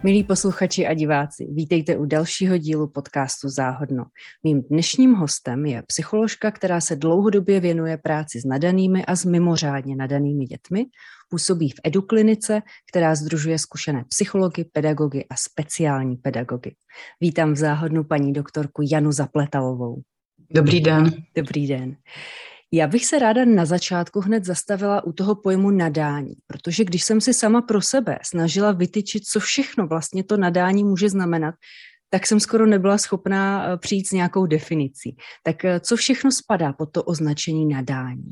Milí posluchači a diváci, vítejte u dalšího dílu podcastu Záhodno. Mým dnešním hostem je psycholožka, která se dlouhodobě věnuje práci s nadanými a s mimořádně nadanými dětmi. Působí v eduklinice, která sdružuje zkušené psychology, pedagogy a speciální pedagogy. Vítám v Záhodnu paní doktorku Janu Zapletalovou. Dobrý den. Dobrý den. Já bych se ráda na začátku hned zastavila u toho pojmu nadání, protože když jsem si sama pro sebe snažila vytyčit, co všechno vlastně to nadání může znamenat, tak jsem skoro nebyla schopná přijít s nějakou definicí. Tak co všechno spadá pod to označení nadání?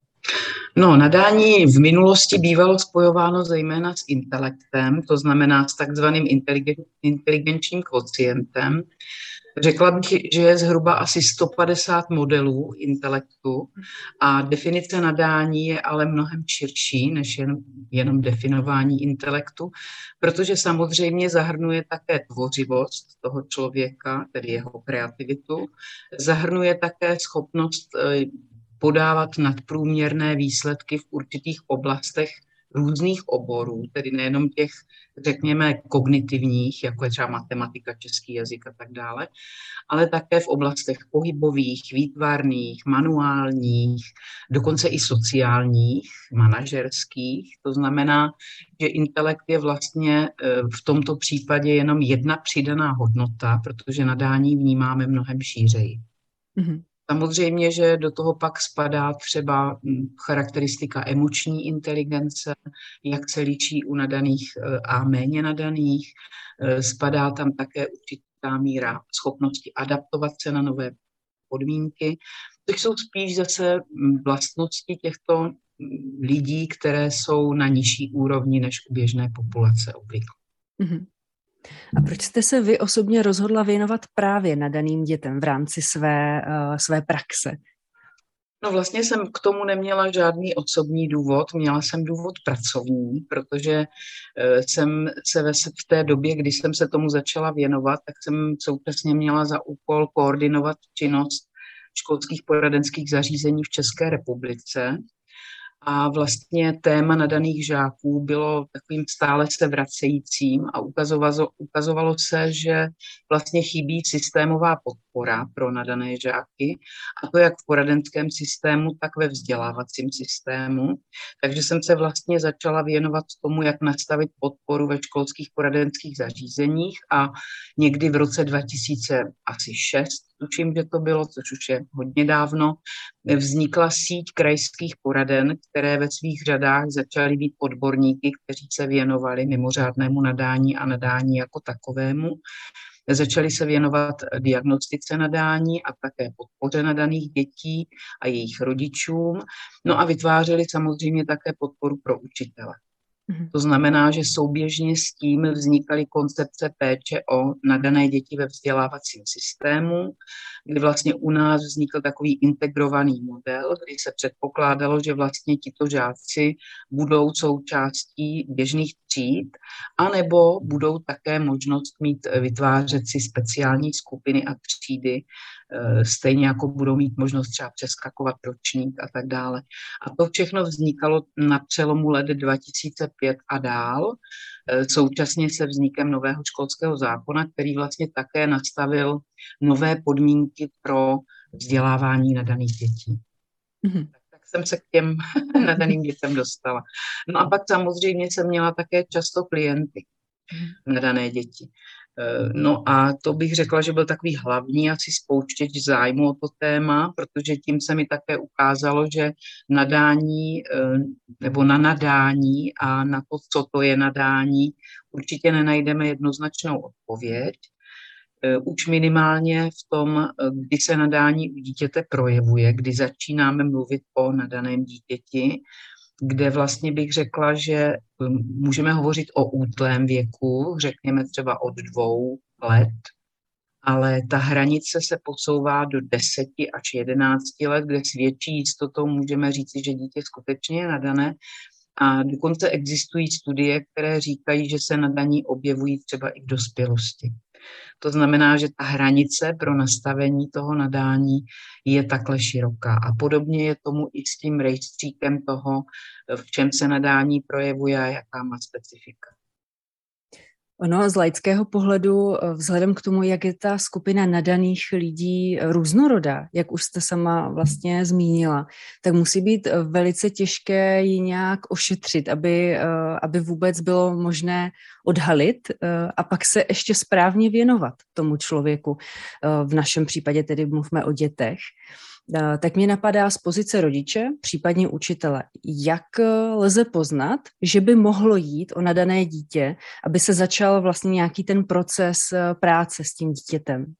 No, nadání v minulosti bývalo spojováno zejména s intelektem, to znamená s takzvaným inteligenčním kvocientem. Řekla bych, že je zhruba asi 150 modelů intelektu a definice nadání je ale mnohem širší než jenom definování intelektu, protože samozřejmě zahrnuje také tvořivost toho člověka, tedy jeho kreativitu, zahrnuje také schopnost podávat nadprůměrné výsledky v určitých oblastech různých oborů, tedy nejenom těch, řekněme, kognitivních, jako je třeba matematika, český jazyk a tak dále, ale také v oblastech pohybových, výtvarných, manuálních, dokonce i sociálních, manažerských. To znamená, že intelekt je vlastně v tomto případě jenom jedna přidaná hodnota, protože nadání vnímáme mnohem šířeji. Mm-hmm. Samozřejmě, že do toho pak spadá třeba charakteristika emoční inteligence, jak se liší u nadaných a méně nadaných. Spadá tam také určitá míra schopnosti adaptovat se na nové podmínky. To jsou spíš zase vlastnosti těchto lidí, které jsou na nižší úrovni než u běžné populace obvykle. Mm-hmm. A proč jste se vy osobně rozhodla věnovat právě nadaným dětem v rámci své praxe? No vlastně jsem k tomu neměla žádný osobní důvod, měla jsem důvod pracovní, protože jsem se v té době, kdy jsem se tomu začala věnovat, tak jsem současně měla za úkol koordinovat činnost školských poradenských zařízení v České republice. A vlastně téma nadaných žáků bylo takovým stále se vracejícím a ukazovalo se, že vlastně chybí systémová podpora pro nadané žáky, a to jak v poradenském systému, tak ve vzdělávacím systému. Takže jsem se vlastně začala věnovat tomu, jak nastavit podporu ve školských poradenských zařízeních a někdy v roce 2006, tuším, že to bylo, což už je hodně dávno, vznikla síť krajských poraden, které ve svých řadách začaly být odborníky, kteří se věnovali mimořádnému nadání a nadání jako takovému. Začali se věnovat diagnostice nadání a také podpoře nadaných dětí a jejich rodičům. No a vytvářeli samozřejmě také podporu pro učitele. To znamená, že souběžně s tím vznikaly koncepce péče o nadané děti ve vzdělávacím systému, kdy vlastně u nás vznikl takový integrovaný model, kdy se předpokládalo, že vlastně tito žáci budou součástí běžných tříd, anebo budou také možnost mít vytvářet si speciální skupiny a třídy, stejně jako budou mít možnost třeba přeskakovat ročník a tak dále. A to všechno vznikalo na přelomu let 2005 a dál, současně se vznikem nového školského zákona, který vlastně také nastavil nové podmínky pro vzdělávání nadaných dětí. Mm-hmm. Tak jsem se k těm nadaným dětem dostala. No a pak samozřejmě jsem měla také často klienty nadané děti. No a to bych řekla, že byl takový hlavní asi spouštěč zájmu o to téma, protože tím se mi také ukázalo, že nadání nebo na nadání a na to, co to je nadání, určitě nenajdeme jednoznačnou odpověď. Už minimálně v tom, kdy se nadání u dítěte projevuje, kdy začínáme mluvit o nadaném dítěti, kde vlastně bych řekla, že můžeme hovořit o útlém věku, řekněme třeba od 2 let, ale ta hranice se posouvá do 10 až 11 let, kde s větší jistotou můžeme říci, že dítě skutečně je nadané. A dokonce existují studie, které říkají, že se nadaní objevují třeba i v dospělosti. To znamená, že ta hranice pro nastavení toho nadání je takhle široká. A podobně je tomu i s tím rejstříkem toho, v čem se nadání projevuje a jaká má specifika. Ono z laického pohledu, vzhledem k tomu, jak je ta skupina nadaných lidí různorodá, jak už jste sama vlastně zmínila, tak musí být velice těžké ji nějak ošetřit, aby vůbec bylo možné odhalit a pak se ještě správně věnovat tomu člověku. V našem případě tedy mluvme o dětech. Tak mě napadá z pozice rodiče, případně učitele, jak lze poznat, že by mohlo jít o nadané dítě, aby se začal vlastně nějaký ten proces práce s tím dítětem.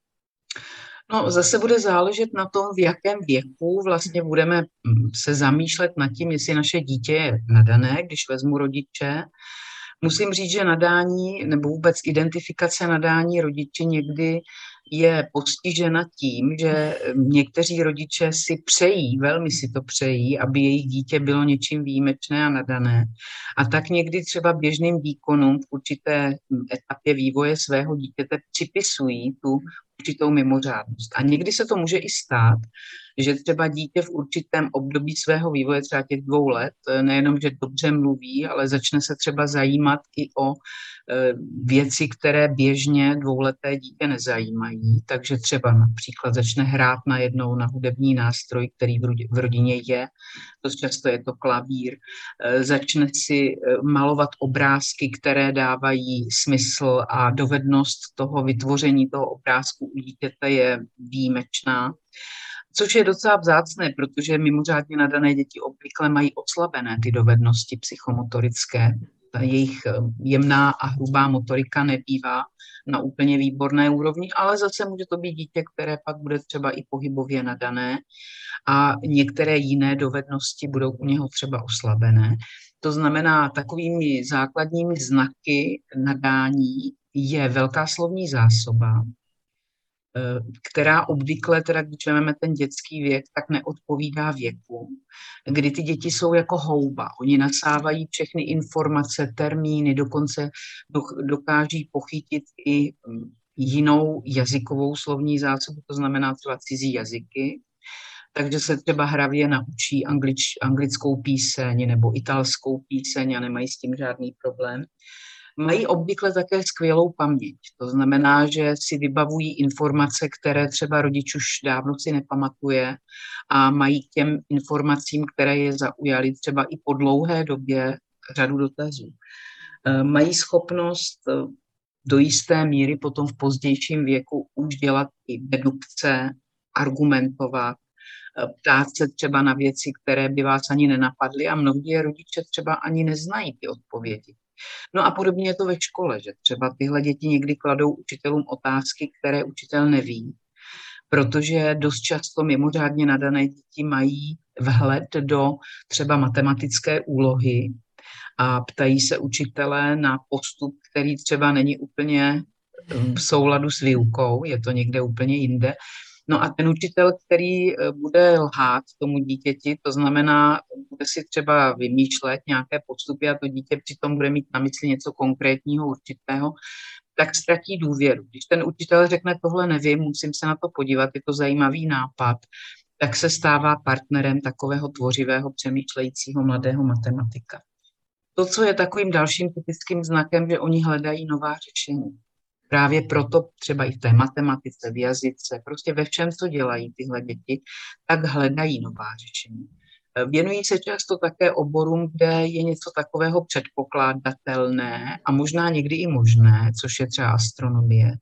No, zase bude záležet na tom, v jakém věku vlastně budeme se zamýšlet nad tím, jestli naše dítě je nadané, když vezmu rodiče. Musím říct, že nadání nebo vůbec identifikace nadání rodiče někdy je postižena tím, že někteří rodiče si přejí, velmi si to přejí, aby jejich dítě bylo něčím výjimečné a nadané. A tak někdy třeba běžným výkonům v určité etapě vývoje svého dítěte připisují tu určitou mimořádnost. A někdy se to může i stát, že třeba dítě v určitém období svého vývoje, třeba těch 2 let, nejenom, že dobře mluví, ale začne se třeba zajímat i o věci, které běžně 2leté dítě nezajímají. Takže třeba například začne hrát najednou na hudební nástroj, který v rodině je. Dost často je to klavír. Začne si malovat obrázky, které dávají smysl a dovednost toho vytvoření toho obrázku u dítěte je výjimečná. Což je docela vzácné, protože mimořádně nadané děti obvykle mají oslabené ty dovednosti psychomotorické. Ta jejich jemná a hrubá motorika nebývá na úplně výborné úrovni, ale zase může to být dítě, které pak bude třeba i pohybově nadané a některé jiné dovednosti budou u něho třeba oslabené. To znamená, takovými základními znaky nadání je velká slovní zásoba, která obvykle, teda když vezmeme ten dětský věk, tak neodpovídá věku, kdy ty děti jsou jako houba. Oni nasávají všechny informace, termíny, dokonce dokáží pochytit i jinou jazykovou slovní zásobu, to znamená třeba cizí jazyky. Takže se třeba hravě naučí anglickou píseň nebo italskou píseň a nemají s tím žádný problém. Mají obvykle také skvělou paměť. To znamená, že si vybavují informace, které třeba rodič už dávno si nepamatuje a mají k těm informacím, které je zaujaly třeba i po dlouhé době řadu dotazů. Mají schopnost do jisté míry potom v pozdějším věku už dělat i dedukce, argumentovat, ptát se třeba na věci, které by vás ani nenapadly a mnohdy rodiče třeba ani neznají ty odpovědi. No a podobně je to ve škole, že třeba tyhle děti někdy kladou učitelům otázky, které učitel neví, protože dost často mimořádně nadané děti mají vhled do třeba matematické úlohy a ptají se učitele na postup, který třeba není úplně v souladu s výukou, je to někde úplně jinde. No a ten učitel, který bude lhát tomu dítěti, to znamená, bude si třeba vymýšlet nějaké postupy a to dítě přitom bude mít na mysli něco konkrétního, určitého, tak ztratí důvěru. Když ten učitel řekne, tohle nevím, musím se na to podívat, je to zajímavý nápad, tak se stává partnerem takového tvořivého, přemýšlejícího mladého matematika. To, co je takovým dalším typickým znakem, že oni hledají nová řešení. Právě proto třeba i v té matematice, v jazyce, prostě ve všem, co dělají tyhle děti, tak hledají nová řešení. Věnují se často také oborům, kde je něco takového předpokládatelné a možná někdy i možné, což je třeba astronomie,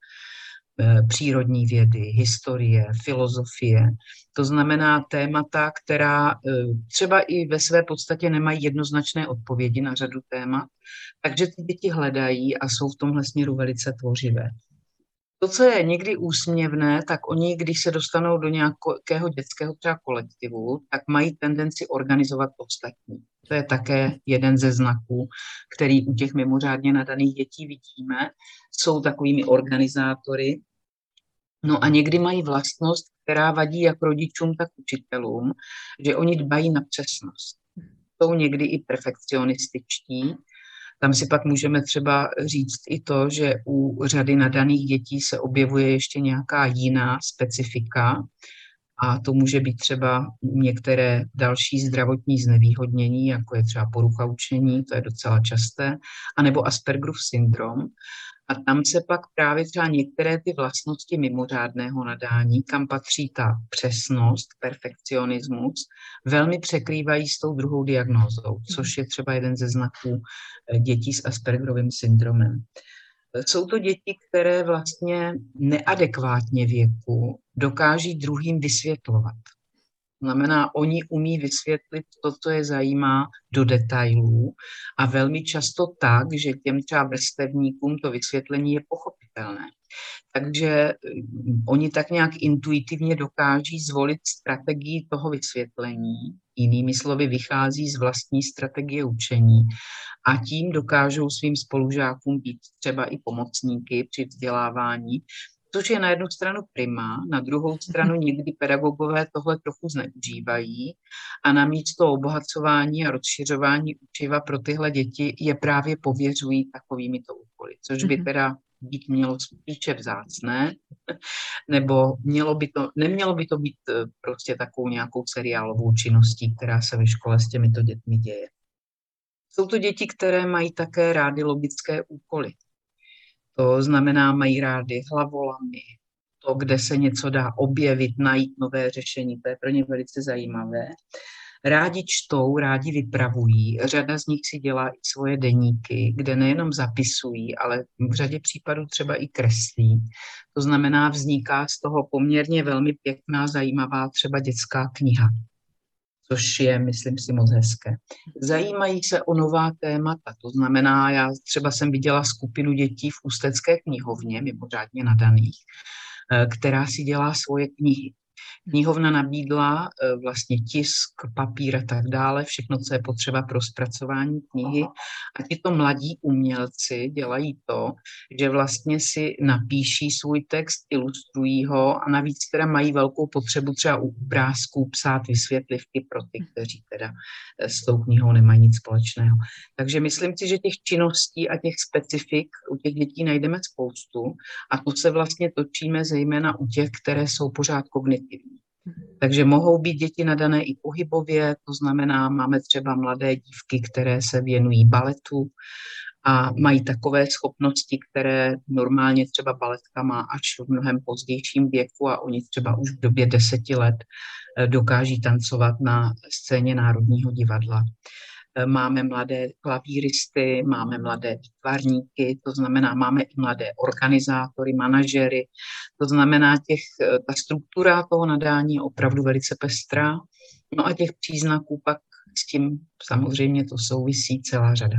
přírodní vědy, historie, filozofie. To znamená témata, která třeba i ve své podstatě nemají jednoznačné odpovědi na řadu témat, takže ty děti hledají a jsou v tomhle směru velice tvořivé. To, co je někdy úsměvné, tak oni, když se dostanou do nějakého dětského třeba kolektivu, tak mají tendenci organizovat ostatní. To je také jeden ze znaků, který u těch mimořádně nadaných dětí vidíme. Jsou takovými organizátory. No a někdy mají vlastnost, která vadí jak rodičům, tak učitelům, že oni dbají na přesnost. Jsou někdy i perfekcionističtí. Tam si pak můžeme třeba říct i to, že u řady nadaných dětí se objevuje ještě nějaká jiná specifika a to může být třeba některé další zdravotní znevýhodnění, jako je třeba porucha učení, to je docela časté, anebo Aspergerův syndrom. A tam se pak právě třeba některé ty vlastnosti mimořádného nadání, kam patří ta přesnost, perfekcionismus, velmi překrývají s tou druhou diagnózou, což je třeba jeden ze znaků dětí s Aspergerovým syndromem. Jsou to děti, které vlastně neadekvátně věku dokáží druhým vysvětlovat. Znamená, oni umí vysvětlit to, co je zajímá, do detailů a velmi často tak, že těm třeba vrstevníkům to vysvětlení je pochopitelné. Takže oni tak nějak intuitivně dokáží zvolit strategii toho vysvětlení. Jinými slovy, vychází z vlastní strategie učení a tím dokážou svým spolužákům být třeba i pomocníky při vzdělávání, což je na jednu stranu prima, na druhou stranu někdy pedagogové tohle trochu zneužívají a namísto obohacování a rozšiřování učiva pro tyhle děti je právě pověřují takovýmito úkoly, což by teda být mělo spíše vzácné, nebo nemělo by to být prostě takovou nějakou seriálovou činností, která se ve škole s těmito dětmi děje. Jsou to děti, které mají také rády logické úkoly. To znamená, mají rády hlavolamy, to, kde se něco dá objevit, najít nové řešení, to je pro ně velice zajímavé. Rádi čtou, rádi vypravují, řada z nich si dělá i svoje deníky, kde nejenom zapisují, ale v řadě případů třeba i kreslí. To znamená, vzniká z toho poměrně velmi pěkná, zajímavá třeba dětská kniha, což je, myslím si, moc hezké. Zajímají se o nová témata, to znamená, já třeba jsem viděla skupinu dětí v Ústecké knihovně, mimořádně nadaných, která si dělá svoje knihy. Knihovna nabídla vlastně tisk, papír a tak dále, všechno, co je potřeba pro zpracování knihy. A tito mladí umělci dělají to, že vlastně si napíší svůj text, ilustrují ho a navíc teda mají velkou potřebu třeba u obrázků psát vysvětlivky pro ty, kteří teda s tou knihou nemají nic společného. Takže myslím si, že těch činností a těch specifik u těch dětí najdeme spoustu a tu se vlastně točíme zejména u těch, které jsou pořád kognitivní. Takže mohou být děti nadané i pohybově, to znamená, máme třeba mladé dívky, které se věnují baletu a mají takové schopnosti, které normálně třeba baletka má až v mnohem pozdějším věku a oni třeba už v době 10 let dokáží tancovat na scéně Národního divadla. Máme mladé klavíristy, máme mladé výtvarníky, to znamená, máme i mladé organizátory, manažery. To znamená, ta struktura toho nadání je opravdu velice pestrá. No a těch příznaků pak s tím samozřejmě to souvisí celá řada.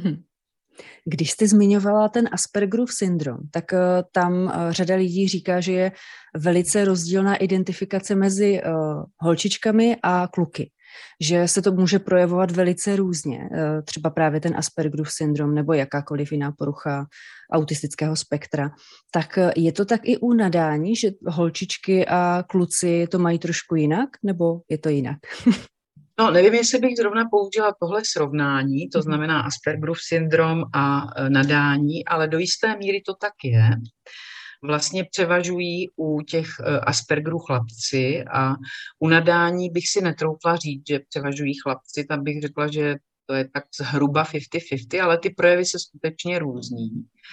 Když jste zmiňovala ten Aspergerův syndrom, tak tam řada lidí říká, že je velice rozdílná identifikace mezi holčičkami a kluky. Že se to může projevovat velice různě, třeba právě ten Aspergerův syndrom nebo jakákoliv jiná porucha autistického spektra. Tak je to tak i u nadání, že holčičky a kluci to mají trošku jinak, nebo je to jinak? No, nevím, jestli bych zrovna použila tohle srovnání, to znamená Aspergerův syndrom a nadání, ale do jisté míry to tak je. Vlastně převažují u těch Aspergerů chlapci a u nadání bych si netroufla říct, že převažují chlapci, tam bych řekla, že to je tak zhruba 50-50, ale ty projevy se skutečně různí.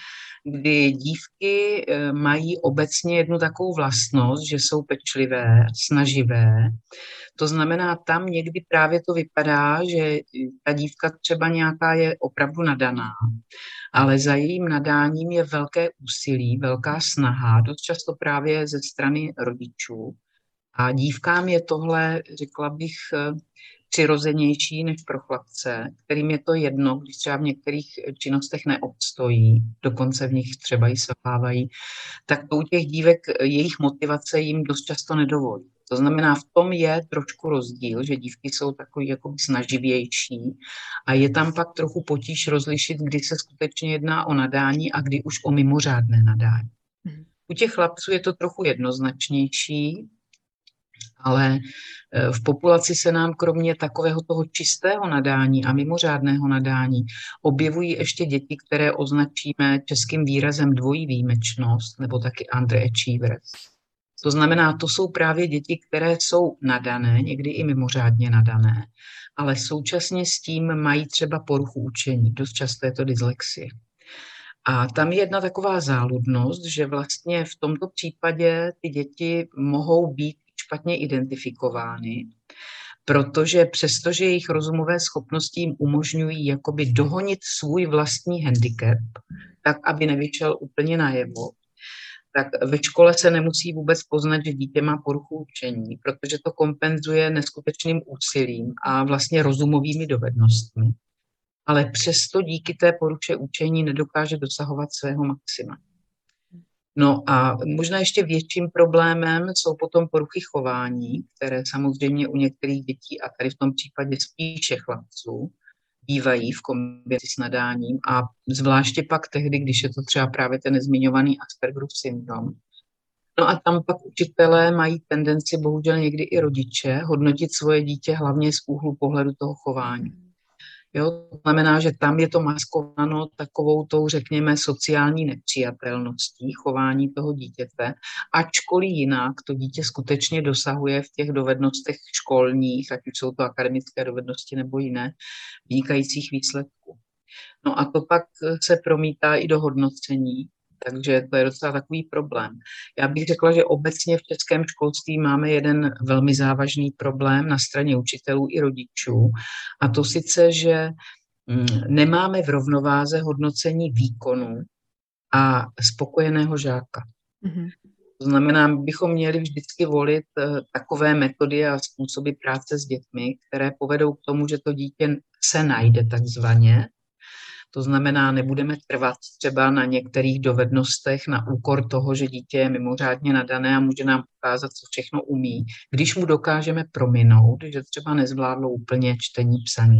Kdy dívky mají obecně jednu takovou vlastnost, že jsou pečlivé, snaživé. To znamená, tam někdy právě to vypadá, že ta dívka třeba nějaká je opravdu nadaná, ale za jejím nadáním je velké úsilí, velká snaha, dost často právě ze strany rodičů. A dívkám je tohle, řekla bych, přirozenější než pro chlapce, kterým je to jedno, když třeba v některých činnostech neobstojí, dokonce v nich třeba i selhávají, tak to u těch dívek jejich motivace jim dost často nedovolí. To znamená, v tom je trošku rozdíl, že dívky jsou takový jako snaživější a je tam pak trochu potíž rozlišit, kdy se skutečně jedná o nadání a kdy už o mimořádné nadání. U těch chlapců je to trochu jednoznačnější, ale v populaci se nám kromě takového toho čistého nadání a mimořádného nadání objevují ještě děti, které označíme českým výrazem dvojí výjimečnost nebo taky underachievers. To znamená, to jsou právě děti, které jsou nadané, někdy i mimořádně nadané, ale současně s tím mají třeba poruchu učení. Dost často je to dyslexie. A tam je jedna taková záludnost, že vlastně v tomto případě ty děti mohou být špatně identifikovány, protože přestože jejich rozumové schopnosti jim umožňují jakoby dohonit svůj vlastní handicap, tak aby nevyšel úplně najevo, tak ve škole se nemusí vůbec poznat, že dítě má poruchu učení, protože to kompenzuje neskutečným úsilím a vlastně rozumovými dovednostmi. Ale přesto díky té poruše učení nedokáže dosahovat svého maxima. No a možná ještě větším problémem jsou potom poruchy chování, které samozřejmě u některých dětí, a tady v tom případě spíše chlapců, bývají v kombinaci s nadáním a zvláště pak tehdy, když je to třeba právě ten nezmiňovaný Aspergerův syndrom. No a tam pak učitelé mají tendenci, bohužel někdy i rodiče, hodnotit svoje dítě hlavně z úhlu pohledu toho chování. Jo, to znamená, že tam je to maskováno takovou tou, řekněme, sociální nepřijatelností chování toho dítěte, ačkoliv jinak to dítě skutečně dosahuje v těch dovednostech školních, ať už jsou to akademické dovednosti nebo jiné, vynikajících výsledků. No a to pak se promítá i do hodnocení, takže to je docela takový problém. Já bych řekla, že obecně v českém školství máme jeden velmi závažný problém na straně učitelů i rodičů, a to sice, že nemáme v rovnováze hodnocení výkonu a spokojeného žáka. Mm-hmm. To znamená, bychom měli vždycky volit takové metody a způsoby práce s dětmi, které povedou k tomu, že to dítě se najde takzvaně. To znamená, nebudeme trvat třeba na některých dovednostech na úkor toho, že dítě je mimořádně nadané a může nám ukázat, co všechno umí, když mu dokážeme prominout, že třeba nezvládlo úplně čtení, psaní.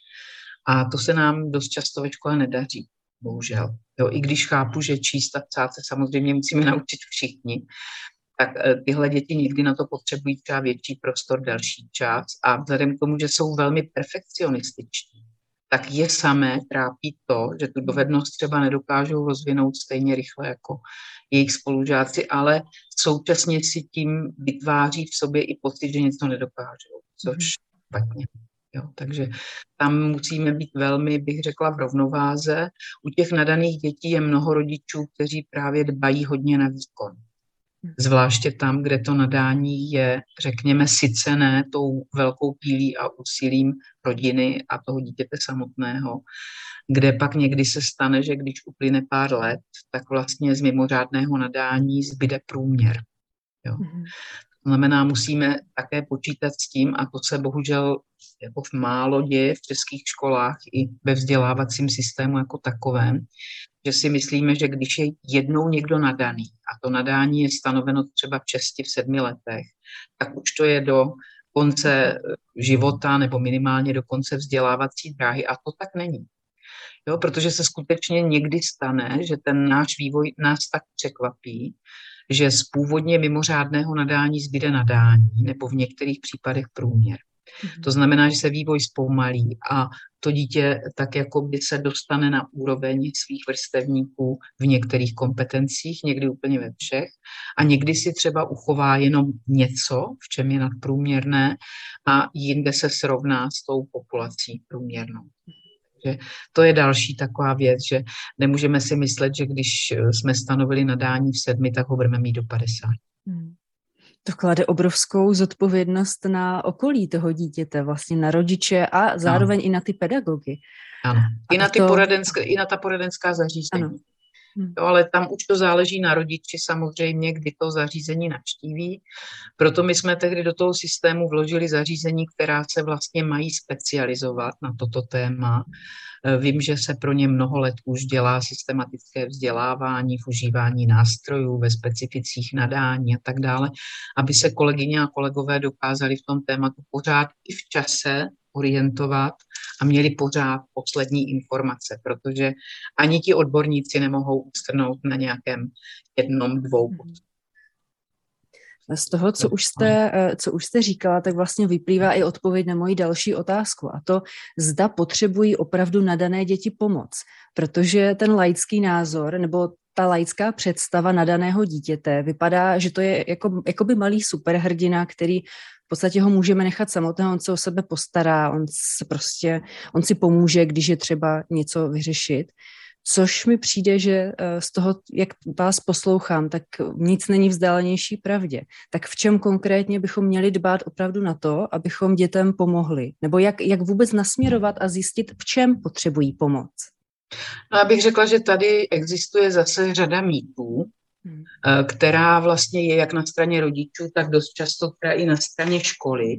A to se nám dost často ve škole nedaří, bohužel. Jo, i když chápu, že číst a psát se samozřejmě musíme naučit všichni, tak tyhle děti někdy na to potřebují třeba větší prostor, delší čas a vzhledem k tomu, že jsou velmi perfekcionističtí, tak je samé trápí to, že tu dovednost třeba nedokážou rozvinout stejně rychle jako jejich spolužáci, ale současně si tím vytváří v sobě i pocit, že něco nedokážou, což špatně. Jo, takže tam musíme být velmi, bych řekla, v rovnováze. U těch nadaných dětí je mnoho rodičů, kteří právě dbají hodně na výkon. Zvláště tam, kde to nadání je, řekněme, sycené tou velkou pílí a úsilím rodiny a toho dítěte samotného, kde pak někdy se stane, že když uplyne pár let, tak vlastně z mimořádného nadání zbyde průměr. Jo. To znamená, musíme také počítat s tím, a to se bohužel jako v málo děje v českých školách i ve vzdělávacím systému jako takovém, že si myslíme, že když je jednou někdo nadaný, a to nadání je stanoveno třeba v 6-7 letech, tak už to je do konce života nebo minimálně do konce vzdělávací dráhy, a to tak není. Jo, protože se skutečně někdy stane, že ten náš vývoj nás tak překvapí, že z původně mimořádného nadání zbyde nadání, nebo v některých případech průměr. To znamená, že se vývoj zpomalí a to dítě tak jako by se dostane na úroveň svých vrstevníků v některých kompetencích, někdy úplně ve všech, a někdy si třeba uchová jenom něco, v čem je nadprůměrné, a jinde se srovná s tou populací průměrnou. Takže to je další taková věc, že nemůžeme si myslet, že když jsme stanovili nadání v 7, tak ho budeme mít do 50. To klade obrovskou zodpovědnost na okolí toho dítěte, vlastně na rodiče a zároveň i na ty pedagogy. Ano, i na ta poradenská zařízení. Ano. Jo, ale tam už to záleží na rodiči samozřejmě, kdy to zařízení navštíví. Proto my jsme tehdy do toho systému vložili zařízení, která se vlastně mají specializovat na toto téma. Vím, že se pro ně mnoho let už dělá systematické vzdělávání v užívání nástrojů, ve specificích nadání a tak dále, aby se kolegyně a kolegové dokázali v tom tématu pořád i v čase orientovat a měli pořád poslední informace, protože ani ti odborníci nemohou ustrnout na nějakém 1-2 bodech. Z toho, co už jste říkala, tak vlastně vyplývá i odpověď na moji další otázku, a to, zda potřebují opravdu nadané děti pomoc, protože ten laický názor nebo ta laická představa nadaného dítěte vypadá, že to je jakoby malý superhrdina, který v podstatě ho můžeme nechat samotného, on se o sebe postará, on si pomůže, když je třeba něco vyřešit. Což mi přijde, že z toho, jak vás poslouchám, tak nic není vzdálenější pravdě. Tak v čem konkrétně bychom měli dbát opravdu na to, abychom dětem pomohli? Nebo jak vůbec nasměrovat a zjistit, v čem potřebují pomoc? No, já bych řekla, že tady existuje zase řada mýtů, která vlastně je jak na straně rodičů, tak dost často teda i na straně školy.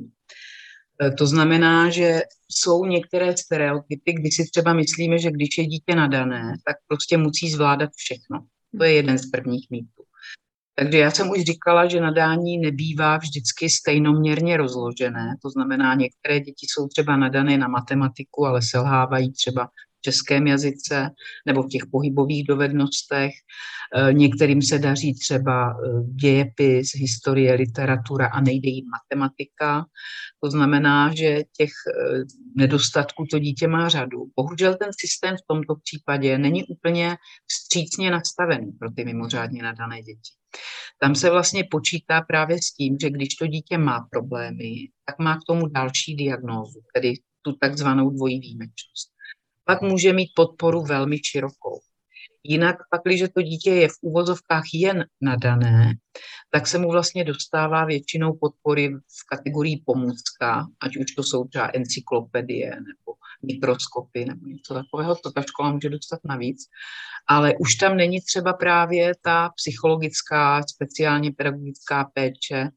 To znamená, že jsou některé stereotypy, kdy si třeba myslíme, že když je dítě nadané, tak prostě musí zvládat všechno. To je jeden z prvních mýtů. Takže já jsem už říkala, že nadání nebývá vždycky stejnoměrně rozložené. To znamená, některé děti jsou třeba nadané na matematiku, ale selhávají třeba v českém jazyce nebo v těch pohybových dovednostech. Některým se daří třeba dějepis, historie, literatura a nejde jim matematika. To znamená, že těch nedostatků to dítě má řadu. Bohužel ten systém v tomto případě není úplně vstřícně nastavený pro ty mimořádně nadané děti. Tam se vlastně počítá právě s tím, že když to dítě má problémy, tak má k tomu další diagnózu, tedy tu takzvanou dvojí výjimečnost. Pak může mít podporu velmi širokou. Jinak pak, když to dítě je v uvozovkách jen nadané, tak se mu vlastně dostává většinou podpory v kategorii pomůcka, ať už to jsou třeba encyklopedie nebo mikroskopy nebo něco takového, to ta škola může dostat navíc. Ale už tam není třeba právě ta psychologická, speciálně pedagogická péče,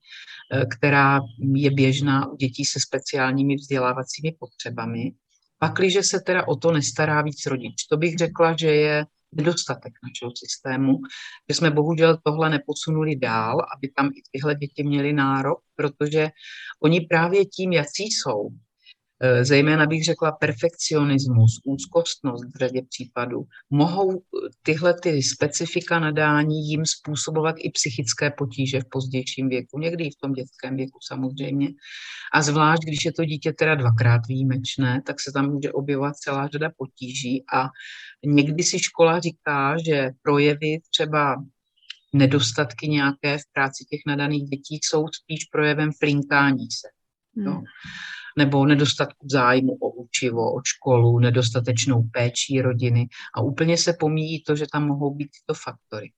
která je běžná u dětí se speciálními vzdělávacími potřebami. Pakliže se teda o to nestará víc rodič. To bych řekla, že je nedostatek našeho systému, že jsme bohužel tohle neposunuli dál, aby tam i tyhle děti měly nárok, protože oni právě tím, jací jsou, zejména bych řekla perfekcionismus, úzkostnost v řadě případů, mohou tyhle ty specifika nadání jim způsobovat i psychické potíže v pozdějším věku, někdy i v tom dětském věku samozřejmě. A zvlášť, když je to dítě teda dvakrát výjimečné, tak se tam může objevovat celá řada potíží a někdy si škola říká, že projevy třeba nedostatky nějaké v práci těch nadaných dětí jsou spíš projevem flinkání se. No? Nebo nedostatku zájmu o učivo, o školu, nedostatečnou péčí rodiny a úplně se pomíjí to, že tam mohou být tyto faktory.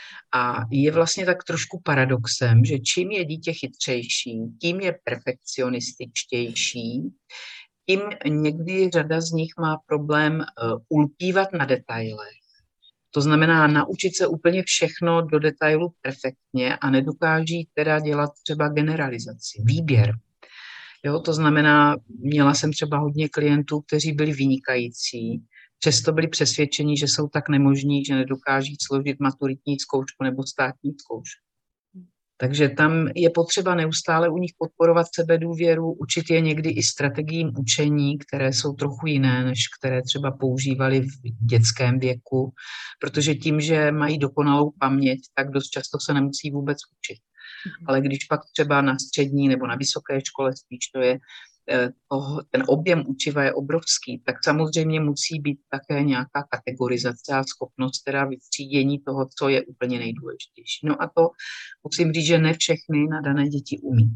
A je vlastně tak trošku paradoxem, že čím je dítě chytřejší, tím je perfekcionističtější, tím někdy řada z nich má problém ulpívat na detailech. To znamená naučit se úplně všechno do detailu perfektně a nedokáží teda dělat třeba generalizaci, výběr. Jo, to znamená, měla jsem třeba hodně klientů, kteří byli vynikající, přesto byli přesvědčeni, že jsou tak nemožní, že nedokáží složit maturitní zkoušku nebo státní zkoušku. Takže tam je potřeba neustále u nich podporovat sebedůvěru, učit je někdy i strategiím učení, které jsou trochu jiné, než které třeba používali v dětském věku, protože tím, že mají dokonalou paměť, tak dost často se nemusí vůbec učit. Ale když pak třeba na střední nebo na vysoké škole spíš to je, ten objem učiva je obrovský, tak samozřejmě musí být také nějaká kategorizace a schopnost teda vytřídění toho, co je úplně nejdůležitější. No a to musím říct, že ne všechny nadané děti umí.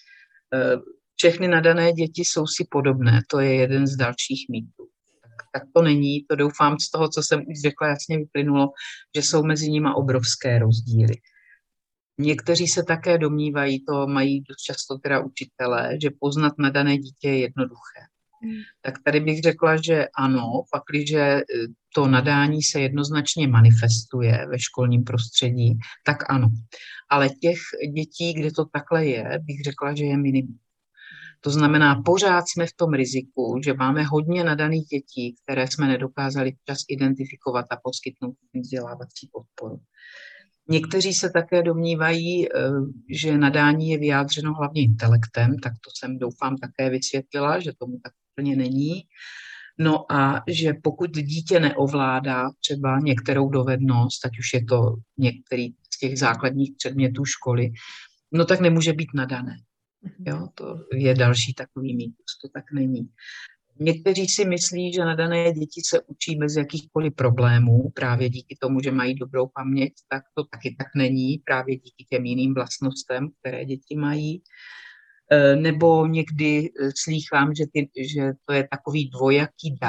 Všechny nadané děti jsou si podobné, to je jeden z dalších mýtů. Tak to není, to doufám z toho, co jsem už řekla, jasně vyplynulo, že jsou mezi nimi obrovské rozdíly. Někteří se také domnívají, to mají dost často teda učitelé, že poznat nadané dítě je jednoduché. Tak tady bych řekla, že ano, pakliže to nadání se jednoznačně manifestuje ve školním prostředí, tak ano. Ale těch dětí, kde to takhle je, bych řekla, že je minimum. To znamená, pořád jsme v tom riziku, že máme hodně nadaných dětí, které jsme nedokázali včas identifikovat a poskytnout vzdělávací podporu. Někteří se také domnívají, že nadání je vyjádřeno hlavně intelektem, tak to jsem doufám také vysvětlila, že tomu tak úplně není. No a že pokud dítě neovládá třeba některou dovednost, ať už je to některý z těch základních předmětů školy, no tak nemůže být nadané. Jo, to je další takový mýtus, to tak není. Někteří si myslí, že nadané děti se učí bez jakýchkoliv problémů, právě díky tomu, že mají dobrou paměť, tak to taky tak není, právě díky těm jiným vlastnostem, které děti mají. Nebo někdy slýchám, že to je takový dvojaký dar,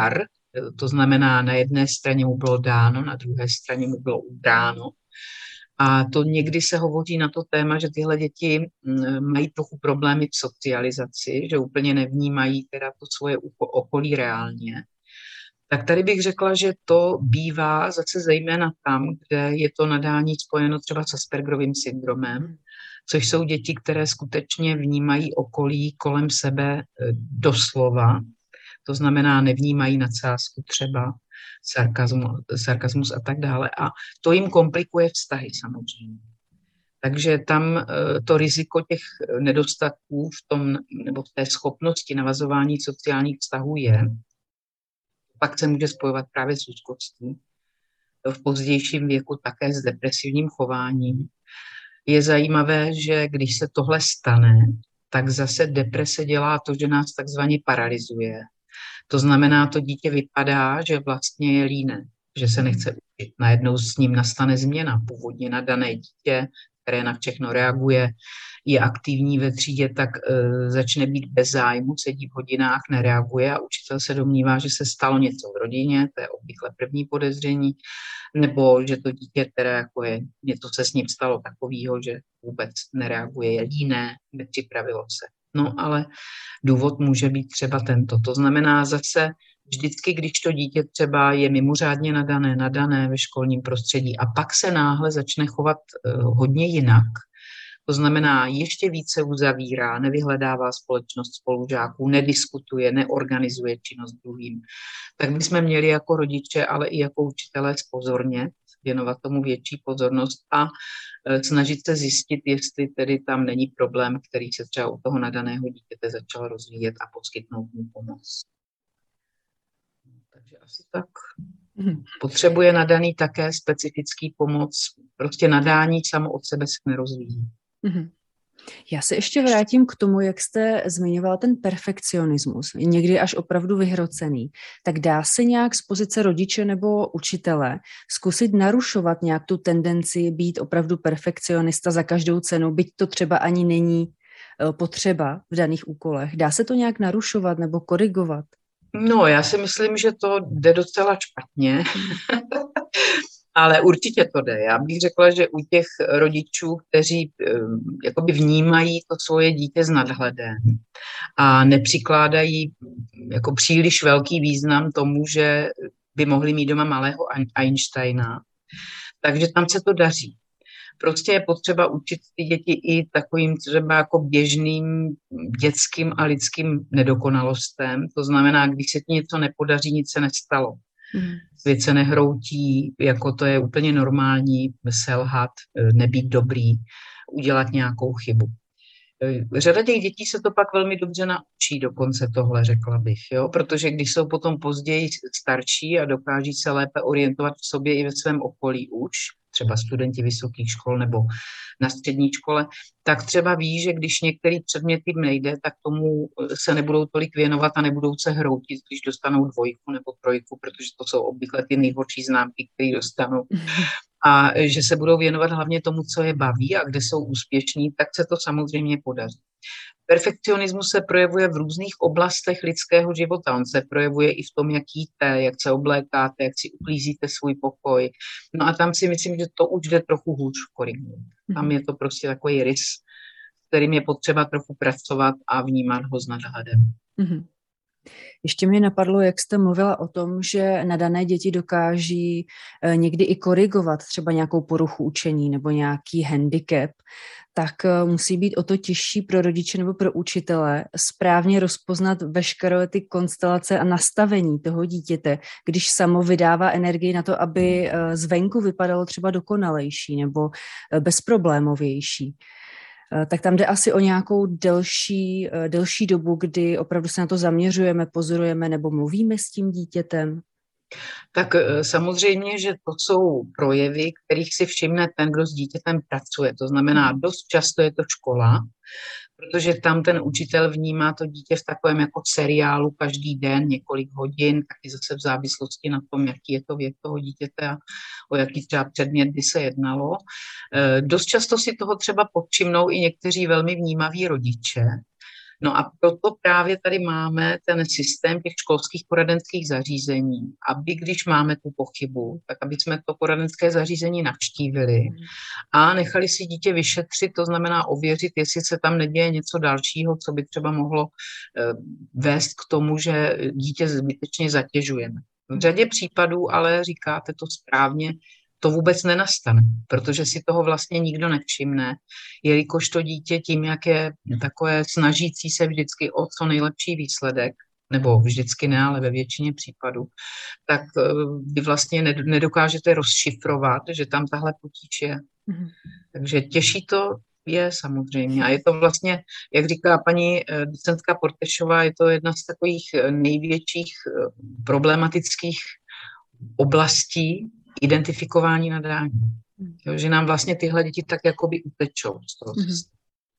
To znamená, na jedné straně mu bylo dáno, na druhé straně mu bylo ubráno. A to někdy se hovoří na to téma, že tyhle děti mají trochu problémy v socializaci, že úplně nevnímají teda to svoje okolí reálně. Tak tady bych řekla, že to bývá zase zejména tam, kde je to nadání spojeno třeba s Aspergerovým syndromem, což jsou děti, které skutečně vnímají okolí kolem sebe doslova. To znamená, nevnímají nadsázku třeba, sarkazmus a tak dále. A to jim komplikuje vztahy samozřejmě. Takže tam to riziko těch nedostatků v tom, nebo v té schopnosti navazování sociálních vztahů je. Pak se může spojovat právě s úzkostí. V pozdějším věku také s depresivním chováním. Je zajímavé, že když se tohle stane, tak zase deprese dělá to, že nás takzvaně paralyzuje. To znamená, to dítě vypadá, že vlastně je líné, že se nechce učit. Najednou s ním nastane změna. Původně nadané dítě, které na všechno reaguje, je aktivní ve třídě, tak začne být bez zájmu, sedí v hodinách, nereaguje a učitel se domnívá, že se stalo něco v rodině, to je obvykle první podezření, nebo že to dítě, které jako je, něco se s ním stalo takového, že vůbec nereaguje, je líné, nepřipravilo se. No ale důvod může být třeba tento. To znamená zase vždycky, když to dítě třeba je mimořádně nadané ve školním prostředí a pak se náhle začne chovat hodně jinak, to znamená ještě více uzavírá, nevyhledává společnost spolužáků, nediskutuje, neorganizuje činnost druhým, tak bychom měli jako rodiče, ale i jako učitelé zpozornět, věnovat tomu větší pozornost a snažit se zjistit, jestli tedy tam není problém, který se třeba u toho nadaného dítěte začal rozvíjet a poskytnout mu pomoc. Takže asi tak. Potřebuje nadaný také specifický pomoc. Prostě nadání samo od sebe se nerozvíjí. Já se ještě vrátím k tomu, jak jste zmiňoval ten perfekcionismus, někdy až opravdu vyhrocený. Tak dá se nějak z pozice rodiče nebo učitele zkusit narušovat nějak tu tendenci být opravdu perfekcionista za každou cenu, byť to třeba ani není potřeba v daných úkolech. Dá se to nějak narušovat nebo korigovat? No, já si myslím, že to jde docela špatně. Ale určitě to jde. Já bych řekla, že u těch rodičů, kteří jakoby vnímají to svoje dítě s nadhledem a nepřikládají jako příliš velký význam tomu, že by mohli mít doma malého Einsteina, takže tam se to daří. Prostě je potřeba učit ty děti i takovým třeba jako běžným dětským a lidským nedokonalostem. To znamená, když se ti něco nepodaří, nic se nestalo. Svět se nehroutí, jako to je úplně normální, selhat, nebýt dobrý, udělat nějakou chybu. Řada těch dětí se to pak velmi dobře naučí dokonce tohle, řekla bych, jo? Protože když jsou potom později starší a dokáží se lépe orientovat v sobě i ve svém okolí už, třeba studenti vysokých škol nebo na střední škole, tak třeba ví, že když některý předmět jim nejde, tak tomu se nebudou tolik věnovat a nebudou se hroutit, když dostanou 2 nebo 3, protože to jsou obvykle ty nejhorší známky, které dostanou. A že se budou věnovat hlavně tomu, co je baví a kde jsou úspěšní, tak se to samozřejmě podaří. Perfekcionismus se projevuje v různých oblastech lidského života. On se projevuje i v tom, jak jíte, jak se oblékáte, jak si uklízíte svůj pokoj. No a tam si myslím, že to už jde trochu hůř korigovat. Tam je to prostě takový rys, s kterým je potřeba trochu pracovat a vnímat ho s nadhledem. Ještě mě napadlo, jak jste mluvila o tom, že nadané děti dokáží někdy i korigovat třeba nějakou poruchu učení nebo nějaký handicap, tak musí být o to těžší pro rodiče nebo pro učitele správně rozpoznat veškeré ty konstelace a nastavení toho dítěte, když samo vydává energii na to, aby zvenku vypadalo třeba dokonalejší nebo bezproblémovější. Tak tam jde asi o nějakou delší dobu, kdy opravdu se na to zaměřujeme, pozorujeme nebo mluvíme s tím dítětem. Tak samozřejmě, že to jsou projevy, kterých si všimne ten, kdo s dítětem pracuje. To znamená, dost často je to škola, protože tam ten učitel vnímá to dítě v takovém jako seriálu každý den, několik hodin, taky zase v závislosti na tom, jaký je to věk toho dítěte a o jaký třeba předmět by se jednalo. Dost často si toho třeba povšimnou i někteří velmi vnímaví rodiče, No a proto právě tady máme ten systém těch školských poradenských zařízení, aby když máme tu pochybu, tak aby jsme to poradenské zařízení navštívili a nechali si dítě vyšetřit, to znamená ověřit, jestli se tam neděje něco dalšího, co by třeba mohlo vést k tomu, že dítě zbytečně zatěžujeme. V řadě případů ale říkáte to správně, to vůbec nenastane, protože si toho vlastně nikdo nevšimne, jelikož to dítě tím, jak je takové snažící se vždycky o co nejlepší výsledek, nebo vždycky ne, ale ve většině případů, tak vy vlastně nedokážete rozšifrovat, že tam tahle potíž je. Takže těžší to je samozřejmě. A je to vlastně, jak říká paní docentka Portešová, je to jedna z takových největších problematických oblastí identifikování nadání. Že nám vlastně tyhle děti tak jakoby utečou z toho systému.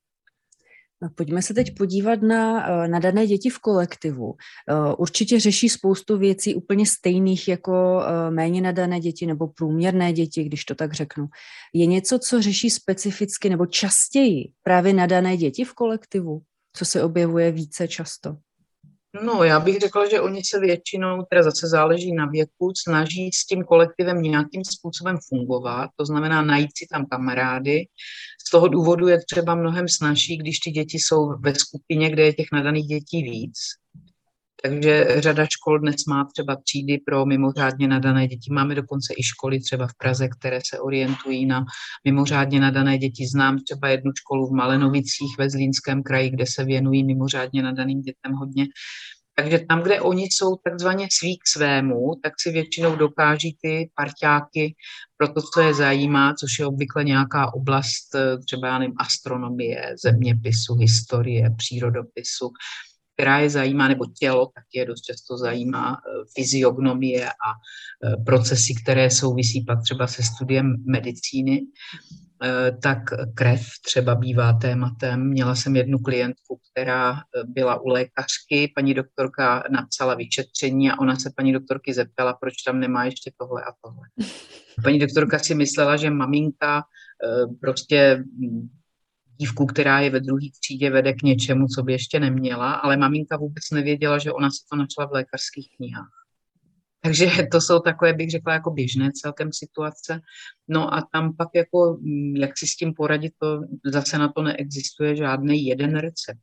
Pojďme se teď podívat na nadané děti v kolektivu. Určitě řeší spoustu věcí úplně stejných jako méně nadané děti nebo průměrné děti, když to tak řeknu. Je něco, co řeší specificky nebo častěji právě nadané děti v kolektivu? Co se objevuje více často? No, já bych řekla, že oni se většinou, teda zase záleží na věku, snaží s tím kolektivem nějakým způsobem fungovat, to znamená najít si tam kamarády. Z toho důvodu je třeba mnohem snazší, když ty děti jsou ve skupině, kde je těch nadaných dětí víc. Takže řada škol dnes má třeba třídy pro mimořádně nadané děti. Máme dokonce i školy třeba v Praze, které se orientují na mimořádně nadané děti. Znám třeba jednu školu v Malenovicích ve Zlínském kraji, kde se věnují mimořádně nadaným dětem hodně. Takže tam, kde oni jsou takzvaně svý k svému, tak si většinou dokáží ty parťáky pro to, co je zajímá, což je obvykle nějaká oblast třeba, já nevím, astronomie, zeměpisu, historie, přírodopisu, která je zajímá, nebo tělo taky je dost často zajímá, fyziognomie a procesy, které souvisí pak třeba se studiem medicíny, tak krev třeba bývá tématem. Měla jsem jednu klientku, která byla u lékařky, paní doktorka napsala vyšetření a ona se paní doktorky zeptala, proč tam nemá ještě tohle a tohle. Paní doktorka si myslela, že maminka prostě dívku, která je ve druhé třídě, vede k něčemu, co by ještě neměla, ale maminka vůbec nevěděla, že ona si to našla v lékařských knihách. Takže to jsou takové, bych řekla, jako běžné celkem situace. No a tam pak jako, jak si s tím poradit, to zase na to neexistuje žádný jeden recept.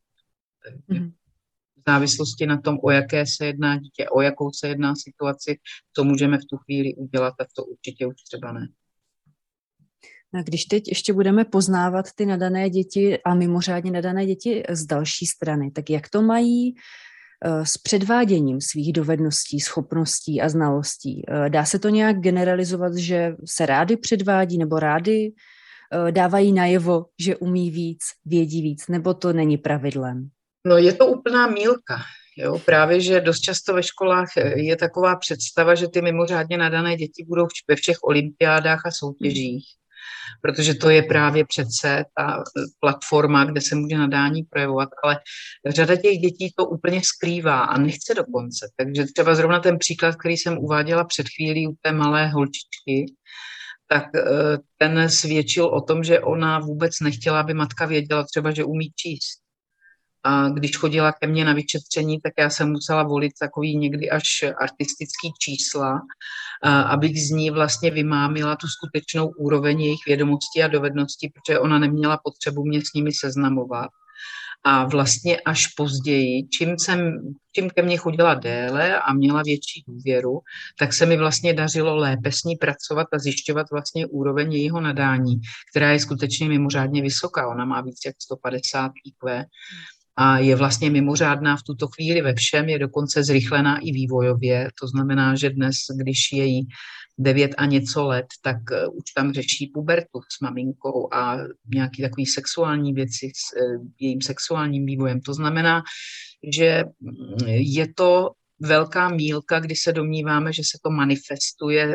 V závislosti na tom, o jaké se jedná dítě, o jakou se jedná situaci, co můžeme v tu chvíli udělat a co určitě už třeba ne. A když teď ještě budeme poznávat ty nadané děti a mimořádně nadané děti z další strany, tak jak to mají s předváděním svých dovedností, schopností a znalostí? Dá se to nějak generalizovat, že se rády předvádí nebo rády dávají najevo, že umí víc, vědí víc, nebo to není pravidlem? No je to úplná mýlka. Jo? Právě, že dost často ve školách je taková představa, že ty mimořádně nadané děti budou ve všech olympiádách a soutěžích. Protože to je právě přece ta platforma, kde se může nadání projevovat, ale řada těch dětí to úplně skrývá a nechce dokonce. Takže třeba zrovna ten příklad, který jsem uváděla před chvílí u té malé holčičky, tak ten svědčil o tom, že ona vůbec nechtěla, aby matka věděla třeba, že umí číst. A když chodila ke mně na vyšetření, tak já jsem musela volit takový někdy až artistický čísla, abych z ní vlastně vymámila tu skutečnou úroveň jejich vědomostí a dovedností, protože ona neměla potřebu mě s nimi seznamovat. A vlastně až později, čím ke mně chodila déle a měla větší důvěru, tak se mi vlastně dařilo lépe s ní pracovat a zjišťovat vlastně úroveň jejího nadání, která je skutečně mimořádně vysoká. Ona má víc jak 150 IQ. A je vlastně mimořádná v tuto chvíli ve všem, je dokonce zrychlená i vývojově. To znamená, že dnes, když je jí 9 a něco let, tak už tam řeší pubertu s maminkou a nějaké takové sexuální věci s jejím sexuálním vývojem. To znamená, že je to velká mýlka, kdy se domníváme, že se to manifestuje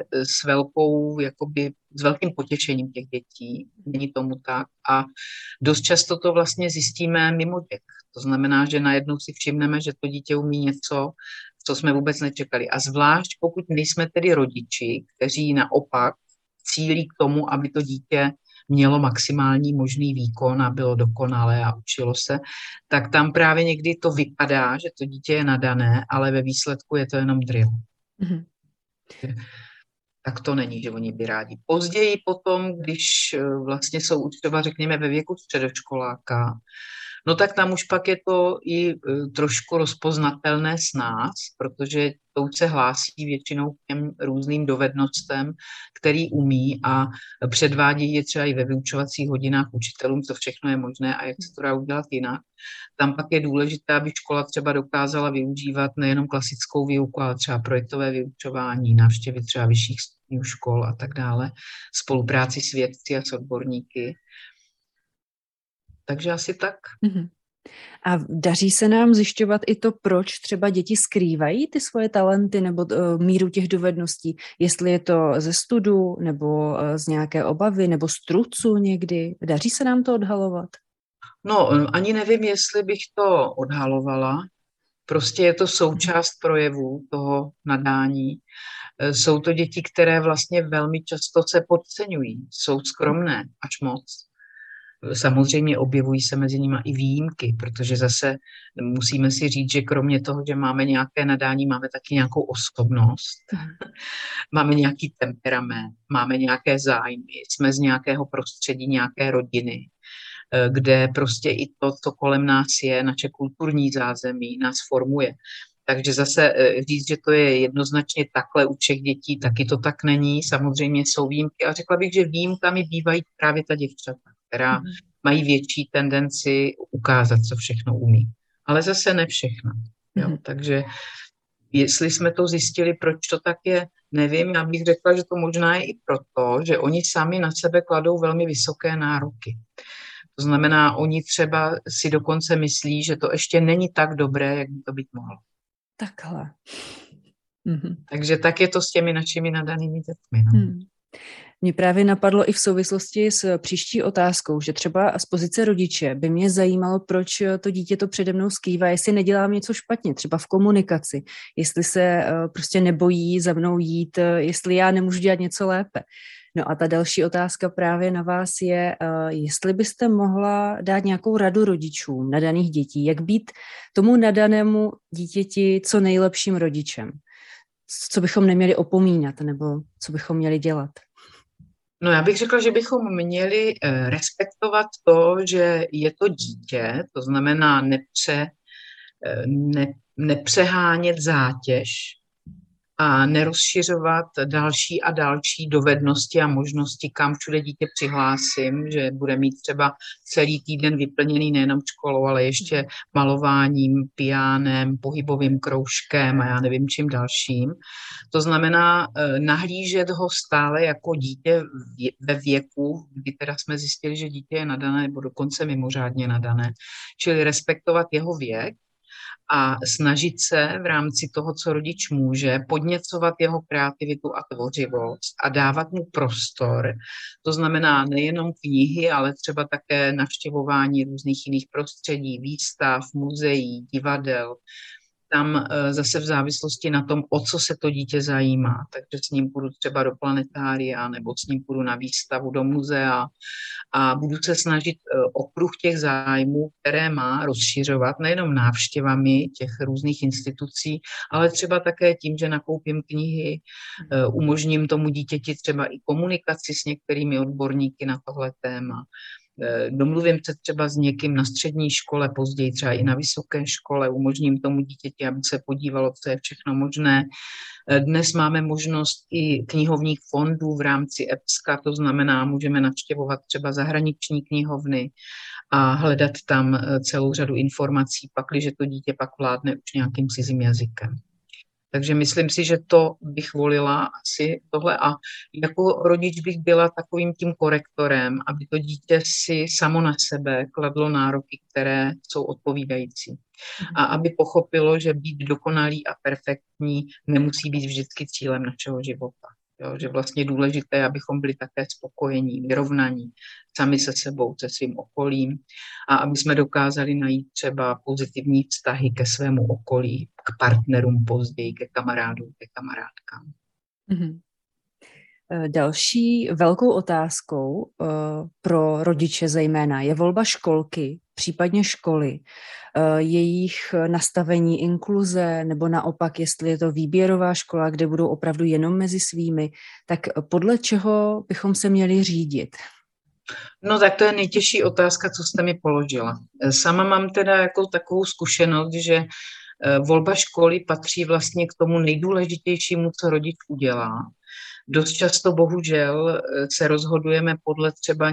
s velkým potěšením těch dětí. Není tomu tak. A dost často to vlastně zjistíme mimo děk. To znamená, že najednou si všimneme, že to dítě umí něco, co jsme vůbec nečekali. A zvlášť pokud nejsme tedy rodiči, kteří naopak cílí k tomu, aby to dítě mělo maximální možný výkon a bylo dokonalé a učilo se, tak tam právě někdy to vypadá, že to dítě je nadané, ale ve výsledku je to jenom drill. Mhm. Tak to není, že oni by rádi. Později potom, když vlastně jsou už třeba, řekněme, ve věku středoškoláka, no tak tam už pak je to i trošku rozpoznatelné s nás, protože to už se hlásí většinou k těm různým dovednostem, který umí a předvádějí je třeba i ve vyučovacích hodinách učitelům, co všechno je možné a jak se to dá udělat jinak. Tam pak je důležité, aby škola třeba dokázala využívat nejenom klasickou výuku, ale třeba projektové vyučování, návštěvy třeba vyšších stupňů škol a tak dále, spolupráci s vědci a s odborníky. Takže asi tak. Mhm. A daří se nám zjišťovat i to, proč třeba děti skrývají ty svoje talenty nebo míru těch dovedností, jestli je to ze studu nebo z nějaké obavy nebo z trucu někdy. Daří se nám to odhalovat? No, ani nevím, jestli bych to odhalovala. Prostě je to součást projevu toho nadání. Jsou to děti, které vlastně velmi často se podceňují, jsou skromné až moc. Samozřejmě objevují se mezi nimi i výjimky, protože zase musíme si říct, že kromě toho, že máme nějaké nadání, máme taky nějakou osobnost, máme nějaký temperament, máme nějaké zájmy, jsme z nějakého prostředí, nějaké rodiny, kde prostě i to, co kolem nás je, naše kulturní zázemí nás formuje. Takže zase říct, že to je jednoznačně takhle u všech dětí, taky to tak není. Samozřejmě jsou výjimky a řekla bych, že výjimkami bývají právě ta děvčata, která mají větší tendenci ukázat, co všechno umí. Ale zase ne všechno. Jo? Takže jestli jsme to zjistili, proč to tak je, nevím. Já bych řekla, že to možná je i proto, že oni sami na sebe kladou velmi vysoké nároky. To znamená, oni třeba si dokonce myslí, že to ještě není tak dobré, jak by to být mohlo. Takhle. Takže tak je to s těmi našimi nadanými dětmi. No. Mě právě napadlo i v souvislosti s příští otázkou, že třeba z pozice rodiče by mě zajímalo, proč to dítě to přede mnou skrývá, jestli nedělám něco špatně, třeba v komunikaci, jestli se prostě nebojí za mnou jít, jestli já nemůžu dělat něco lépe. No a ta další otázka právě na vás je, jestli byste mohla dát nějakou radu rodičům nadaných dětí, jak být tomu nadanému dítěti co nejlepším rodičem. Co bychom neměli opomínat, nebo co bychom měli dělat? No já bych řekla, že bychom měli respektovat to, že je to dítě, to znamená nepřehánět zátěž a nerozšiřovat další a další dovednosti a možnosti, kam všude dítě přihlásím, že bude mít třeba celý týden vyplněný nejenom školou, ale ještě malováním, pianem, pohybovým kroužkem a já nevím čím dalším. To znamená nahlížet ho stále jako dítě ve věku, kdy teda jsme zjistili, že dítě je nadané nebo dokonce mimořádně nadané, čili respektovat jeho věk, a snažit se v rámci toho, co rodič může, podněcovat jeho kreativitu a tvořivost a dávat mu prostor. To znamená nejenom knihy, ale třeba také navštěvování různých jiných prostředí, výstav, muzeí, divadel. Tam zase v závislosti na tom, o co se to dítě zajímá. Takže s ním půjdu třeba do planetária nebo s ním půjdu na výstavu do muzea a budu se snažit okruh těch zájmů, které má, rozšiřovat nejenom návštěvami těch různých institucí, ale třeba také tím, že nakoupím knihy, umožním tomu dítěti třeba i komunikaci s některými odborníky na tohle téma. Domluvím se třeba s někým na střední škole, později třeba i na vysoké škole, umožním tomu dítěti, aby se podívalo, co je všechno možné. Dnes máme možnost i knihovních fondů v rámci EPSka, to znamená, můžeme navštěvovat třeba zahraniční knihovny a hledat tam celou řadu informací, pakliže to dítě pak vládne už nějakým cizím jazykem. Takže myslím si, že to bych volila asi tohle a jako rodič bych byla takovým tím korektorem, aby to dítě si samo na sebe kladlo nároky, které jsou odpovídající. A aby pochopilo, že být dokonalý a perfektní nemusí být vždycky cílem našeho života. Jo, že vlastně je důležité, abychom byli také spokojení, vyrovnaní sami se sebou, se svým okolím a aby jsme dokázali najít třeba pozitivní vztahy ke svému okolí, k partnerům později, ke kamarádům, ke kamarádkám. Mm-hmm. Další velkou otázkou pro rodiče zejména je volba školky, případně školy, jejich nastavení inkluze, nebo naopak, jestli je to výběrová škola, kde budou opravdu jenom mezi svými, tak podle čeho bychom se měli řídit? No tak to je nejtěžší otázka, co jste mi položila. Sama mám teda jako takovou zkušenost, že volba školy patří vlastně k tomu nejdůležitějšímu, co rodič udělá. Dost často bohužel se rozhodujeme podle třeba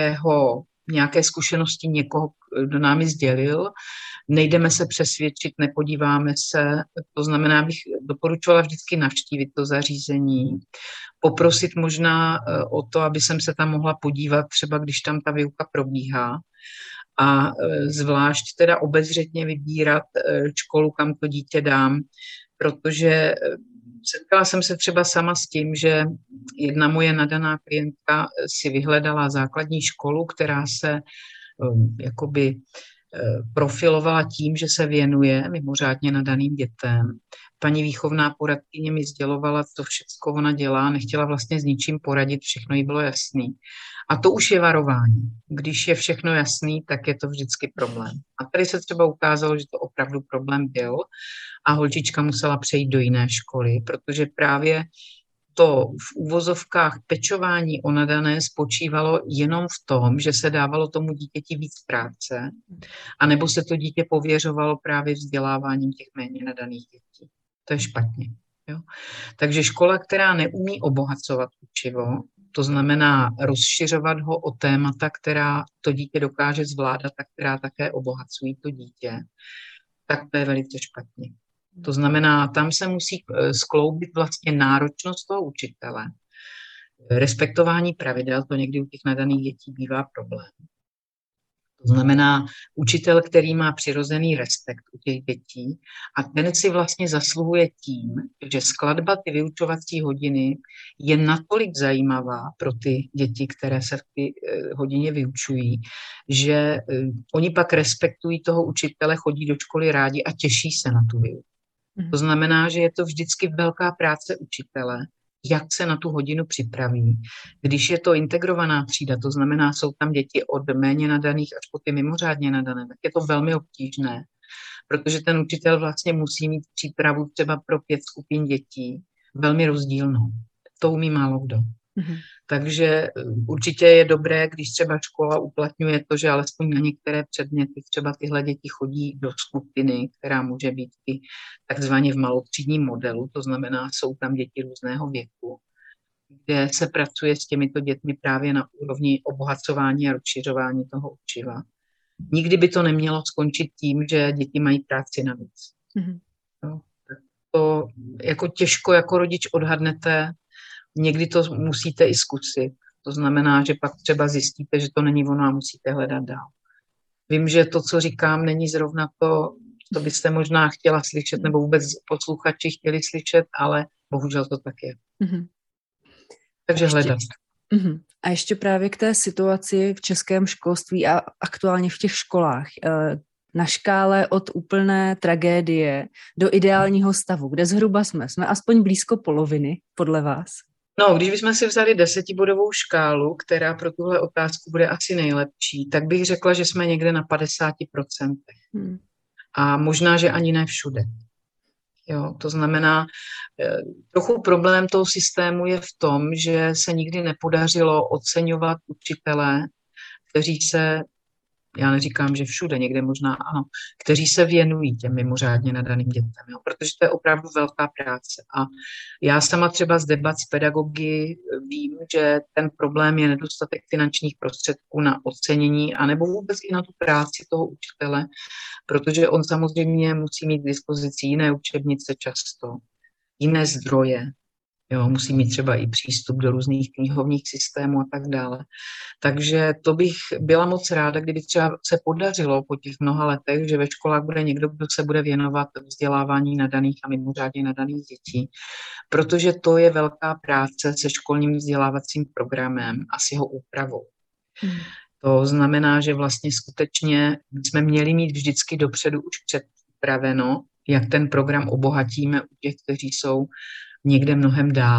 nějaké zkušenosti někoho, kdo nám ji sdělil. Nejdeme se přesvědčit, nepodíváme se. To znamená, bych doporučovala vždycky navštívit to zařízení, poprosit možná o to, aby jsem se tam mohla podívat, třeba když tam ta výuka probíhá, a zvlášť teda obezřetně vybírat školu, kam to dítě dám, protože setkala jsem se třeba sama s tím, že jedna moje nadaná klientka si vyhledala základní školu, která se jakoby profilovala tím, že se věnuje mimořádně nadaným dětem. Paní výchovná poradkyně mi sdělovala, co všechno ona dělá, nechtěla vlastně s ničím poradit, všechno jí bylo jasný. A to už je varování. Když je všechno jasný, tak je to vždycky problém. A tady se třeba ukázalo, že to opravdu problém byl a holčička musela přejít do jiné školy, protože právě to v uvozovkách pečování o nadané spočívalo jenom v tom, že se dávalo tomu dítěti víc práce, anebo se to dítě pověřovalo právě vzděláváním těch méně nadaných dětí. To je špatně. Jo? Takže škola, která neumí obohacovat učivo, to znamená rozšiřovat ho o témata, která to dítě dokáže zvládat a která také obohacují to dítě, tak to je velice špatně. To znamená, tam se musí skloubit vlastně náročnost toho učitele. Respektování pravidel, to někdy u těch nadaných dětí bývá problém. To znamená učitel, který má přirozený respekt u těch dětí a ten si vlastně zasluhuje tím, že skladba ty vyučovací hodiny je natolik zajímavá pro ty děti, které se v té hodině vyučují, že oni pak respektují toho učitele, chodí do školy rádi a těší se na tu výuku. To znamená, že je to vždycky velká práce učitele, jak se na tu hodinu připraví. Když je to integrovaná třída, to znamená, jsou tam děti od méně nadaných až po ty mimořádně nadané, tak je to velmi obtížné, protože ten učitel vlastně musí mít přípravu třeba pro 5 skupin dětí, velmi rozdílnou. To umí málo kdo. Takže určitě je dobré, když třeba škola uplatňuje to, že alespoň na některé předměty třeba tyhle děti chodí do skupiny, která může být i takzvaně v malotřídním modelu, to znamená, jsou tam děti různého věku, kde se pracuje s těmito dětmi právě na úrovni obohacování a rozšiřování toho učiva. Nikdy by to nemělo skončit tím, že děti mají práci navíc. No, tak to jako těžko jako rodič odhadnete. Někdy to musíte i zkusit. To znamená, že pak třeba zjistíte, že to není ono a musíte hledat dál. Vím, že to, co říkám, není zrovna to, co byste možná chtěla slyšet, nebo vůbec posluchači chtěli slyšet, ale bohužel to tak je. Takže hledat. A ještě právě k té situaci v českém školství a aktuálně v těch školách. Na škále od úplné tragédie do ideálního stavu, kde zhruba jsme? Jsme aspoň blízko poloviny, podle vás? No, když bychom si vzali 10bodovou škálu, která pro tuhle otázku bude asi nejlepší, tak bych řekla, že jsme někde na 50%. A možná, že ani ne všude. Jo, to znamená, trochu problém toho systému je v tom, že se nikdy nepodařilo oceňovat učitele, kteří se, já neříkám, že všude, někde možná ano, kteří se věnují těm mimořádně nadaným dětem, jo, protože to je opravdu velká práce. A já sama třeba z debat s pedagogy vím, že ten problém je nedostatek finančních prostředků na ocenění anebo vůbec i na tu práci toho učitele, protože on samozřejmě musí mít k dispozici jiné učebnice často, jiné zdroje, jo, musí mít třeba i přístup do různých knihovních systémů a tak dále. Takže to bych byla moc ráda, kdyby třeba se podařilo po těch mnoha letech, že ve školách bude někdo, kdo se bude věnovat vzdělávání nadaných a mimořádně nadaných dětí, protože to je velká práce se školním vzdělávacím programem a s jeho úpravou. To znamená, že vlastně skutečně jsme měli mít vždycky dopředu už předpraveno, jak ten program obohatíme u těch, kteří jsou někde mnohem dál,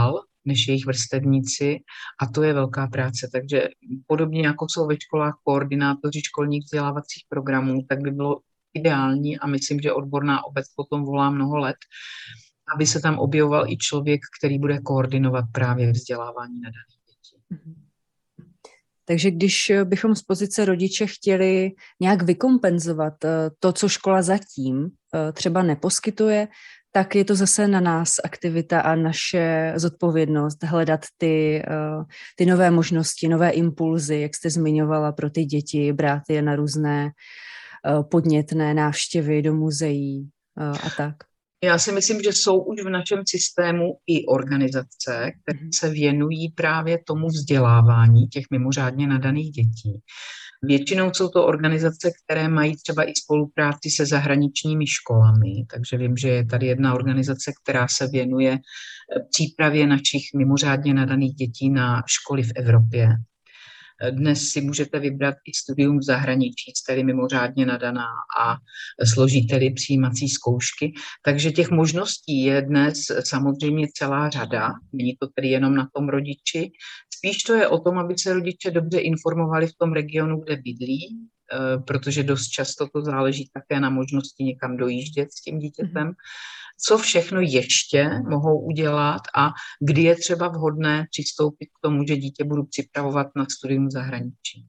než jejich vrstevníci a to je velká práce. Takže podobně jako jsou ve školách koordinátoři školních vzdělávacích programů, tak by bylo ideální a myslím, že odborná obec potom volá mnoho let, aby se tam objevoval i člověk, který bude koordinovat právě vzdělávání nadaných dětí. Takže když bychom z pozice rodiče chtěli nějak vykompenzovat to, co škola zatím třeba neposkytuje, tak je to zase na nás aktivita a naše zodpovědnost hledat ty nové možnosti, nové impulzy, jak jste zmiňovala, pro ty děti, brát je na různé podnětné návštěvy do muzeí a tak. Já si myslím, že jsou už v našem systému i organizace, které se věnují právě tomu vzdělávání těch mimořádně nadaných dětí. Většinou jsou to organizace, které mají třeba i spolupráci se zahraničními školami, takže vím, že je tady jedna organizace, která se věnuje přípravě našich mimořádně nadaných dětí na školy v Evropě. Dnes si můžete vybrat i studium v zahraničí, jste-li mimořádně nadaná a složíte-li přijímací zkoušky. Takže těch možností je dnes samozřejmě celá řada. Není to tedy jenom na tom rodiči. Spíš to je o tom, aby se rodiče dobře informovali v tom regionu, kde bydlí, protože dost často to záleží také na možnosti někam dojíždět s tím dítětem. Co všechno ještě mohou udělat a kdy je třeba vhodné přistoupit k tomu, že dítě budu připravovat na studium v zahraničí.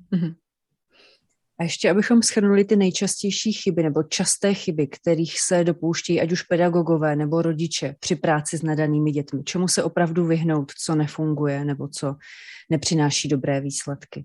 A ještě abychom shrnuli ty nejčastější chyby nebo časté chyby, kterých se dopouští ať už pedagogové nebo rodiče při práci s nadanými dětmi. Čemu se opravdu vyhnout, co nefunguje nebo co nepřináší dobré výsledky?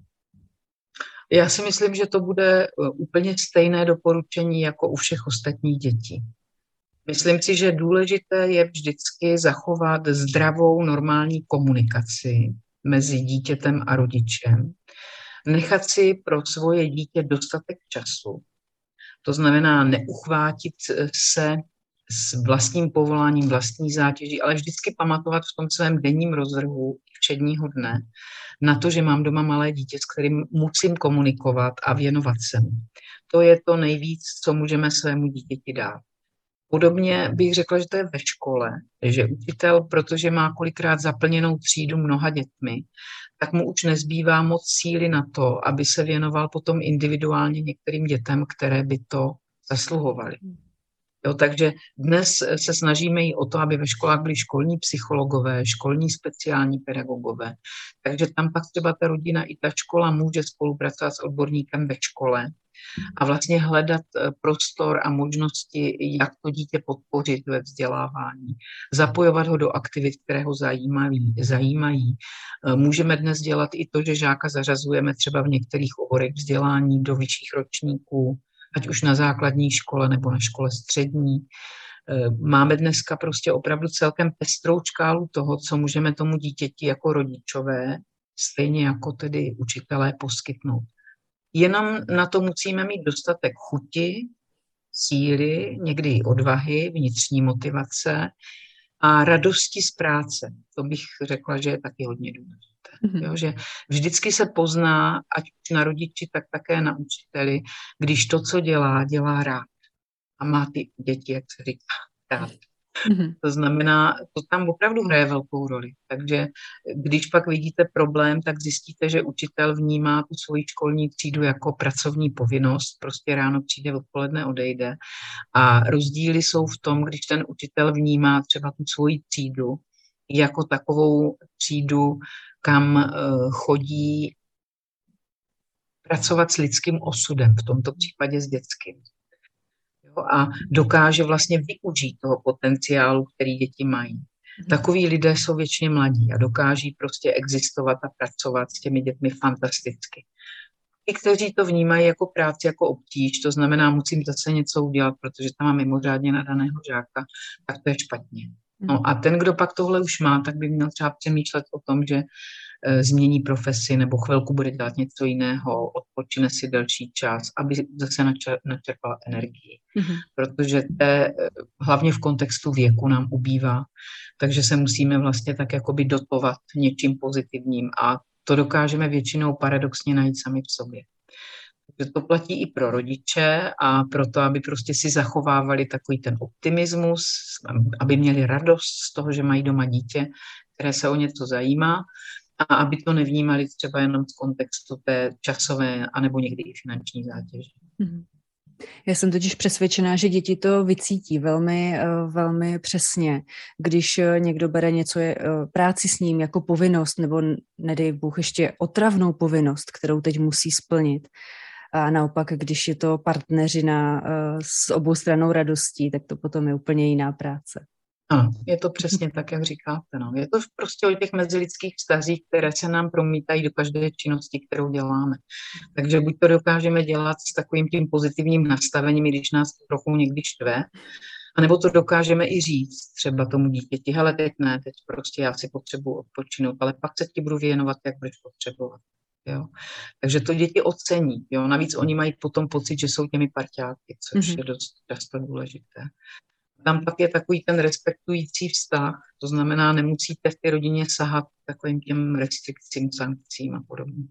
Já si myslím, že to bude úplně stejné doporučení jako u všech ostatních dětí. Myslím si, že důležité je vždycky zachovat zdravou, normální komunikaci mezi dítětem a rodičem. Nechat si pro svoje dítě dostatek času. To znamená neuchvátit se s vlastním povoláním, vlastní zátěží, ale vždycky pamatovat v tom svém denním rozvrhu všedního dne na to, že mám doma malé dítě, s kterým musím komunikovat a věnovat se mu. To je to nejvíc, co můžeme svému dítěti dát. Podobně bych řekla, že to je ve škole, že učitel, protože má kolikrát zaplněnou třídu mnoha dětmi, tak mu už nezbývá moc síly na to, aby se věnoval potom individuálně některým dětem, které by to zasluhovaly. Jo, takže dnes se snažíme i o to, aby ve školách byli školní psychologové, školní speciální pedagogové. Takže tam pak třeba ta rodina i ta škola může spolupracovat s odborníkem ve škole a vlastně hledat prostor a možnosti, jak to dítě podpořit ve vzdělávání. Zapojovat ho do aktivit, které ho zajímají. Můžeme dnes dělat i to, že žáka zařazujeme třeba v některých oborech vzdělání do vyšších ročníků, ať už na základní škole nebo na škole střední. Máme dneska prostě opravdu celkem pestrou škálu toho, co můžeme tomu dítěti jako rodičové, stejně jako tedy učitelé poskytnout. Jenom na to musíme mít dostatek chuti, síly, někdy i odvahy, vnitřní motivace a radosti z práce. To bych řekla, že je taky hodně důležité. Jo, že vždycky se pozná, ať už na rodiči, tak také na učiteli, když to, co dělá, dělá rád. A má ty děti, jak se říká, rád. To znamená, to tam opravdu hraje velkou roli. Takže když pak vidíte problém, tak zjistíte, že učitel vnímá tu svoji školní třídu jako pracovní povinnost. Prostě ráno přijde, odpoledne odejde. A rozdíly jsou v tom, když ten učitel vnímá třeba tu svoji třídu jako takovou třídu, kam chodí pracovat s lidským osudem, v tomto případě s dětským. A dokáže vlastně využít toho potenciálu, který děti mají. Takoví lidé jsou většině mladí a dokáží prostě existovat a pracovat s těmi dětmi fantasticky. I kteří to vnímají jako práci, jako obtíž, to znamená, musím zase něco udělat, protože tam mám mimořádně nadaného žáka, tak to je špatně. No a ten, kdo pak tohle už má, tak by měl třeba přemýšlet o tom, že změní profesi nebo chvilku bude dělat něco jiného, odpočine si delší čas, aby zase načerpal energii. Protože hlavně v kontextu věku nám ubývá, takže se musíme vlastně tak jakoby dotovat něčím pozitivním a to dokážeme většinou paradoxně najít sami v sobě. Že to platí i pro rodiče a pro to, aby prostě si zachovávali takový ten optimismus, aby měli radost z toho, že mají doma dítě, které se o něco zajímá, a aby to nevnímali třeba jenom z kontextu té časové anebo někdy i finanční zátěže. Já jsem totiž přesvědčená, že děti to vycítí velmi, velmi přesně, když někdo bere něco, práci s ním jako povinnost, nebo nedej Bůh ještě otravnou povinnost, kterou teď musí splnit. A naopak, když je to partneřina s oboustrannou radostí, tak to potom je úplně jiná práce. Ano, je to přesně tak, jak říkáte. No. Je to prostě o těch mezilidských vztazích, které se nám promítají do každé činnosti, kterou děláme. Takže buď to dokážeme dělat s takovým tím pozitivním nastavením, když nás to trochu někdy štve, anebo to dokážeme i říct třeba tomu dítěti, hele, teď ne, teď prostě já si potřebuji odpočinout, ale pak se ti budu věnovat, jak budeš potřebovat. Jo. Takže to děti ocení. Jo. Navíc oni mají potom pocit, že jsou těmi parťáky, což je dost často důležité. Tam pak je takový ten respektující vztah, to znamená, nemusíte v té rodině sahat takovým těm restrikcím, sankcím a podobně.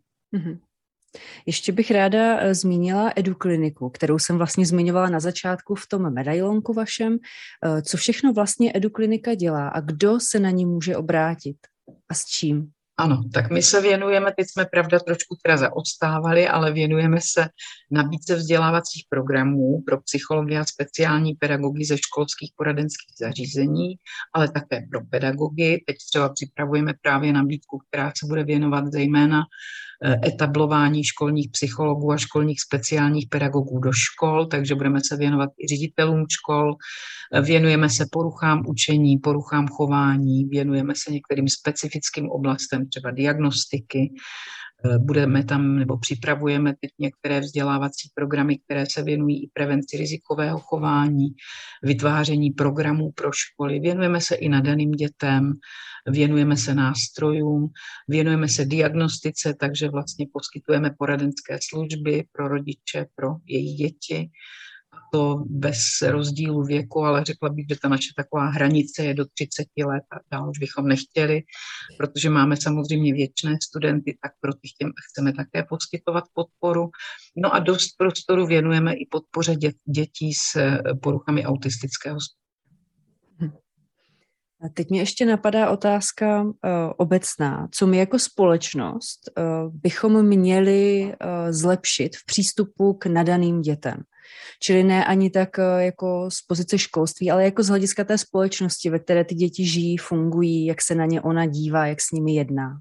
Ještě bych ráda zmínila EduKliniku, kterou jsem vlastně zmiňovala na začátku v tom medailonku vašem. Co všechno vlastně EduKlinika dělá a kdo se na ní může obrátit a s čím? Ano, tak my se věnujeme, teď jsme pravda trošku teda zaostávali, ale věnujeme se nabídce vzdělávacích programů pro psychology a speciální pedagogy ze školských poradenských zařízení, ale také pro pedagogy. Teď třeba připravujeme právě nabídku, která se bude věnovat zejména etablování školních psychologů a školních speciálních pedagogů do škol, takže budeme se věnovat i ředitelům škol, věnujeme se poruchám učení, poruchám chování, věnujeme se některým specifickým oblastem, třeba diagnostiky. Budeme tam nebo připravujeme teď některé vzdělávací programy, které se věnují i prevenci rizikového chování, vytváření programů pro školy. Věnujeme se i nadaným dětem, věnujeme se nástrojům, věnujeme se diagnostice, takže vlastně poskytujeme poradenské služby pro rodiče, pro jejich děti. To bez rozdílu věku, ale řekla bych, že ta naše taková hranice je do 30 let a dál už bychom nechtěli, protože máme samozřejmě věčné studenty, tak pro ty chceme také poskytovat podporu. No a dost prostoru věnujeme i podpoře dětí s poruchami autistického spektru. A teď mě ještě napadá otázka obecná. Co my jako společnost bychom měli zlepšit v přístupu k nadaným dětem? Čili ne ani tak jako z pozice školství, ale jako z hlediska té společnosti, ve které ty děti žijí, fungují, jak se na ně ona dívá, jak s nimi jedná.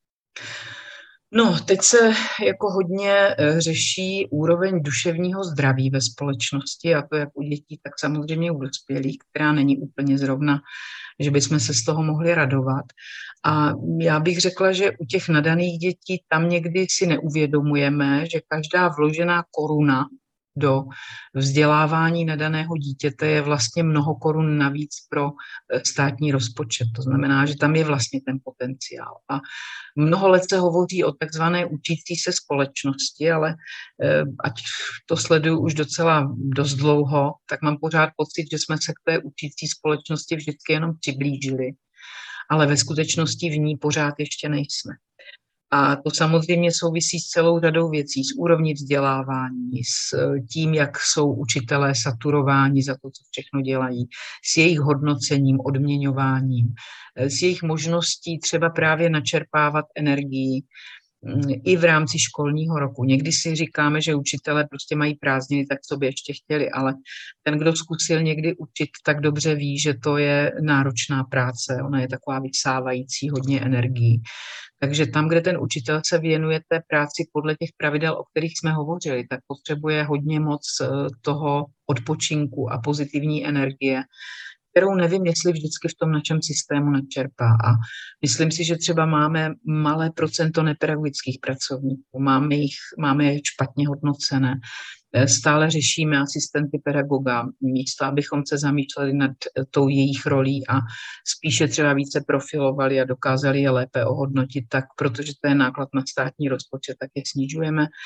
No, teď se jako hodně řeší úroveň duševního zdraví ve společnosti, a to jak u dětí, tak samozřejmě u dospělých, která není úplně zrovna, že bychom se z toho mohli radovat. A já bych řekla, že u těch nadaných dětí tam někdy si neuvědomujeme, že každá vložená koruna do vzdělávání nadaného dítěte je vlastně mnoho korun navíc pro státní rozpočet. To znamená, že tam je vlastně ten potenciál. A mnoho let se hovoří o takzvané učící se společnosti, ale ať to sleduju už docela dost dlouho, tak mám pořád pocit, že jsme se k té učící společnosti vždycky jenom přiblížili, ale ve skutečnosti v ní pořád ještě nejsme. A to samozřejmě souvisí s celou řadou věcí, s úrovní vzdělávání, s tím, jak jsou učitelé saturováni za to, co všechno dělají, s jejich hodnocením, odměňováním, s jejich možností třeba právě načerpávat energii i v rámci školního roku. Někdy si říkáme, že učitelé prostě mají prázdniny, tak co by ještě chtěli, ale ten, kdo zkusil někdy učit, tak dobře ví, že to je náročná práce, ona je taková vysávající hodně energií. Takže tam, kde ten učitel se věnuje té práci podle těch pravidel, o kterých jsme hovořili, tak potřebuje hodně moc toho odpočinku a pozitivní energie, kterou nevím, jestli vždycky v tom našem systému načerpá. A myslím si, že třeba máme malé procento nepedagogických pracovníků, máme je špatně hodnocené. Stále řešíme asistenty pedagoga, místo abychom se zamýšleli nad tou jejich rolí a spíše třeba více profilovali a dokázali je lépe ohodnotit, tak protože to je náklad na státní rozpočet, tak je snižujeme.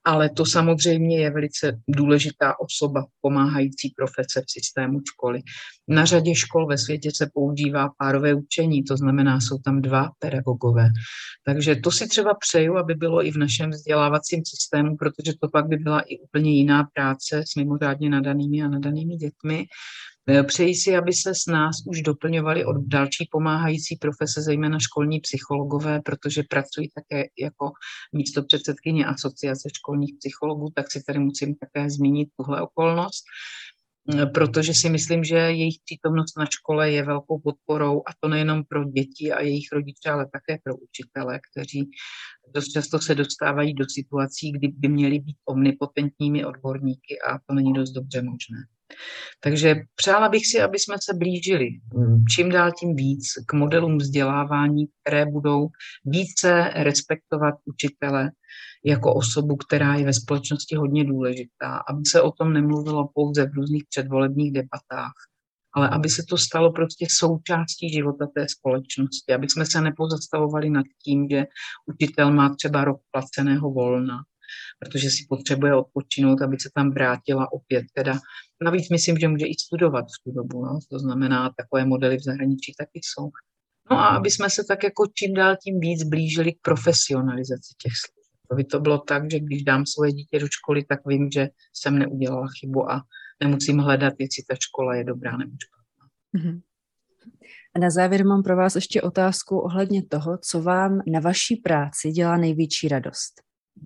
ale to samozřejmě je velice důležitá osoba pomáhající profese v systému školy. Na řadě škol ve světě se používá párové učení, to znamená, jsou tam 2 pedagogové. Takže to si třeba přeju, aby bylo i v našem vzdělávacím systému, protože to pak by byla i úplně jiná práce s mimořádně nadanými a nadanými dětmi. Přeji si, aby se s nás už doplňovaly od další pomáhající profese, zejména školní psychologové, protože pracuji také jako místopředsedkyně Asociace školních psychologů, tak si tady musím také zmínit tuhle okolnost, protože si myslím, že jejich přítomnost na škole je velkou podporou, a to nejenom pro děti a jejich rodiče, ale také pro učitele, kteří dost často se dostávají do situací, kdy by měli být omnipotentními odborníky, a to není dost dobře možné. Takže přála bych si, aby jsme se blížili čím dál tím víc k modelům vzdělávání, které budou více respektovat učitele jako osobu, která je ve společnosti hodně důležitá, aby se o tom nemluvilo pouze v různých předvolebních debatách, ale aby se to stalo prostě součástí života té společnosti, aby jsme se nepozastavovali nad tím, že učitel má třeba rok placeného volna, protože si potřebuje odpočinout, aby se tam vrátila opět. Teda navíc myslím, že může i studovat v tu dobu, no? To znamená, takové modely v zahraničí taky jsou. No a aby jsme se tak jako čím dál tím víc blížili k profesionalizaci těch služeb. Aby to bylo tak, že když dám svoje dítě do školy, tak vím, že jsem neudělala chybu a nemusím hledat, jestli ta škola je dobrá nebo špatná. Mm-hmm. A na závěr mám pro vás ještě otázku ohledně toho, co vám na vaší práci dělá největší radost.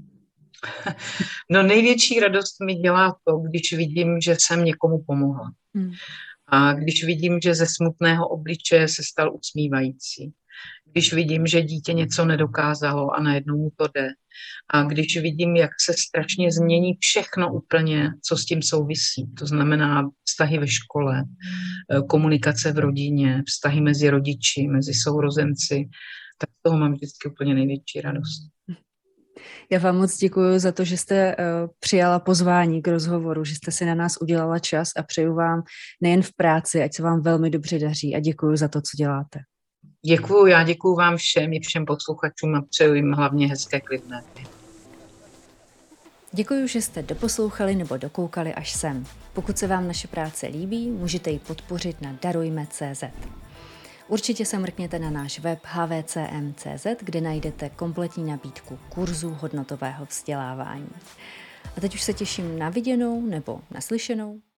No, největší radost mi dělá to, když vidím, že jsem někomu pomohla. A když vidím, že ze smutného obličeje se stal usmívající. Když vidím, že dítě něco nedokázalo a najednou mu to jde. A když vidím, jak se strašně změní všechno úplně, co s tím souvisí. To znamená vztahy ve škole, komunikace v rodině, vztahy mezi rodiči, mezi sourozenci, tak z toho mám vždycky úplně největší radost. Já vám moc děkuji za to, že jste přijala pozvání k rozhovoru, že jste si na nás udělala čas, a přeju vám nejen v práci, ať se vám velmi dobře daří, a děkuji za to, co děláte. Děkuji, já děkuji vám všem i všem posluchačům a přeju jim hlavně hezké klidné dny. Děkuji, že jste doposlouchali nebo dokoukali až sem. Pokud se vám naše práce líbí, můžete ji podpořit na darujme.cz. Určitě se mrkněte na náš web hvcm.cz, kde najdete kompletní nabídku kurzů hodnotového vzdělávání. A teď už se těším na viděnou nebo naslyšenou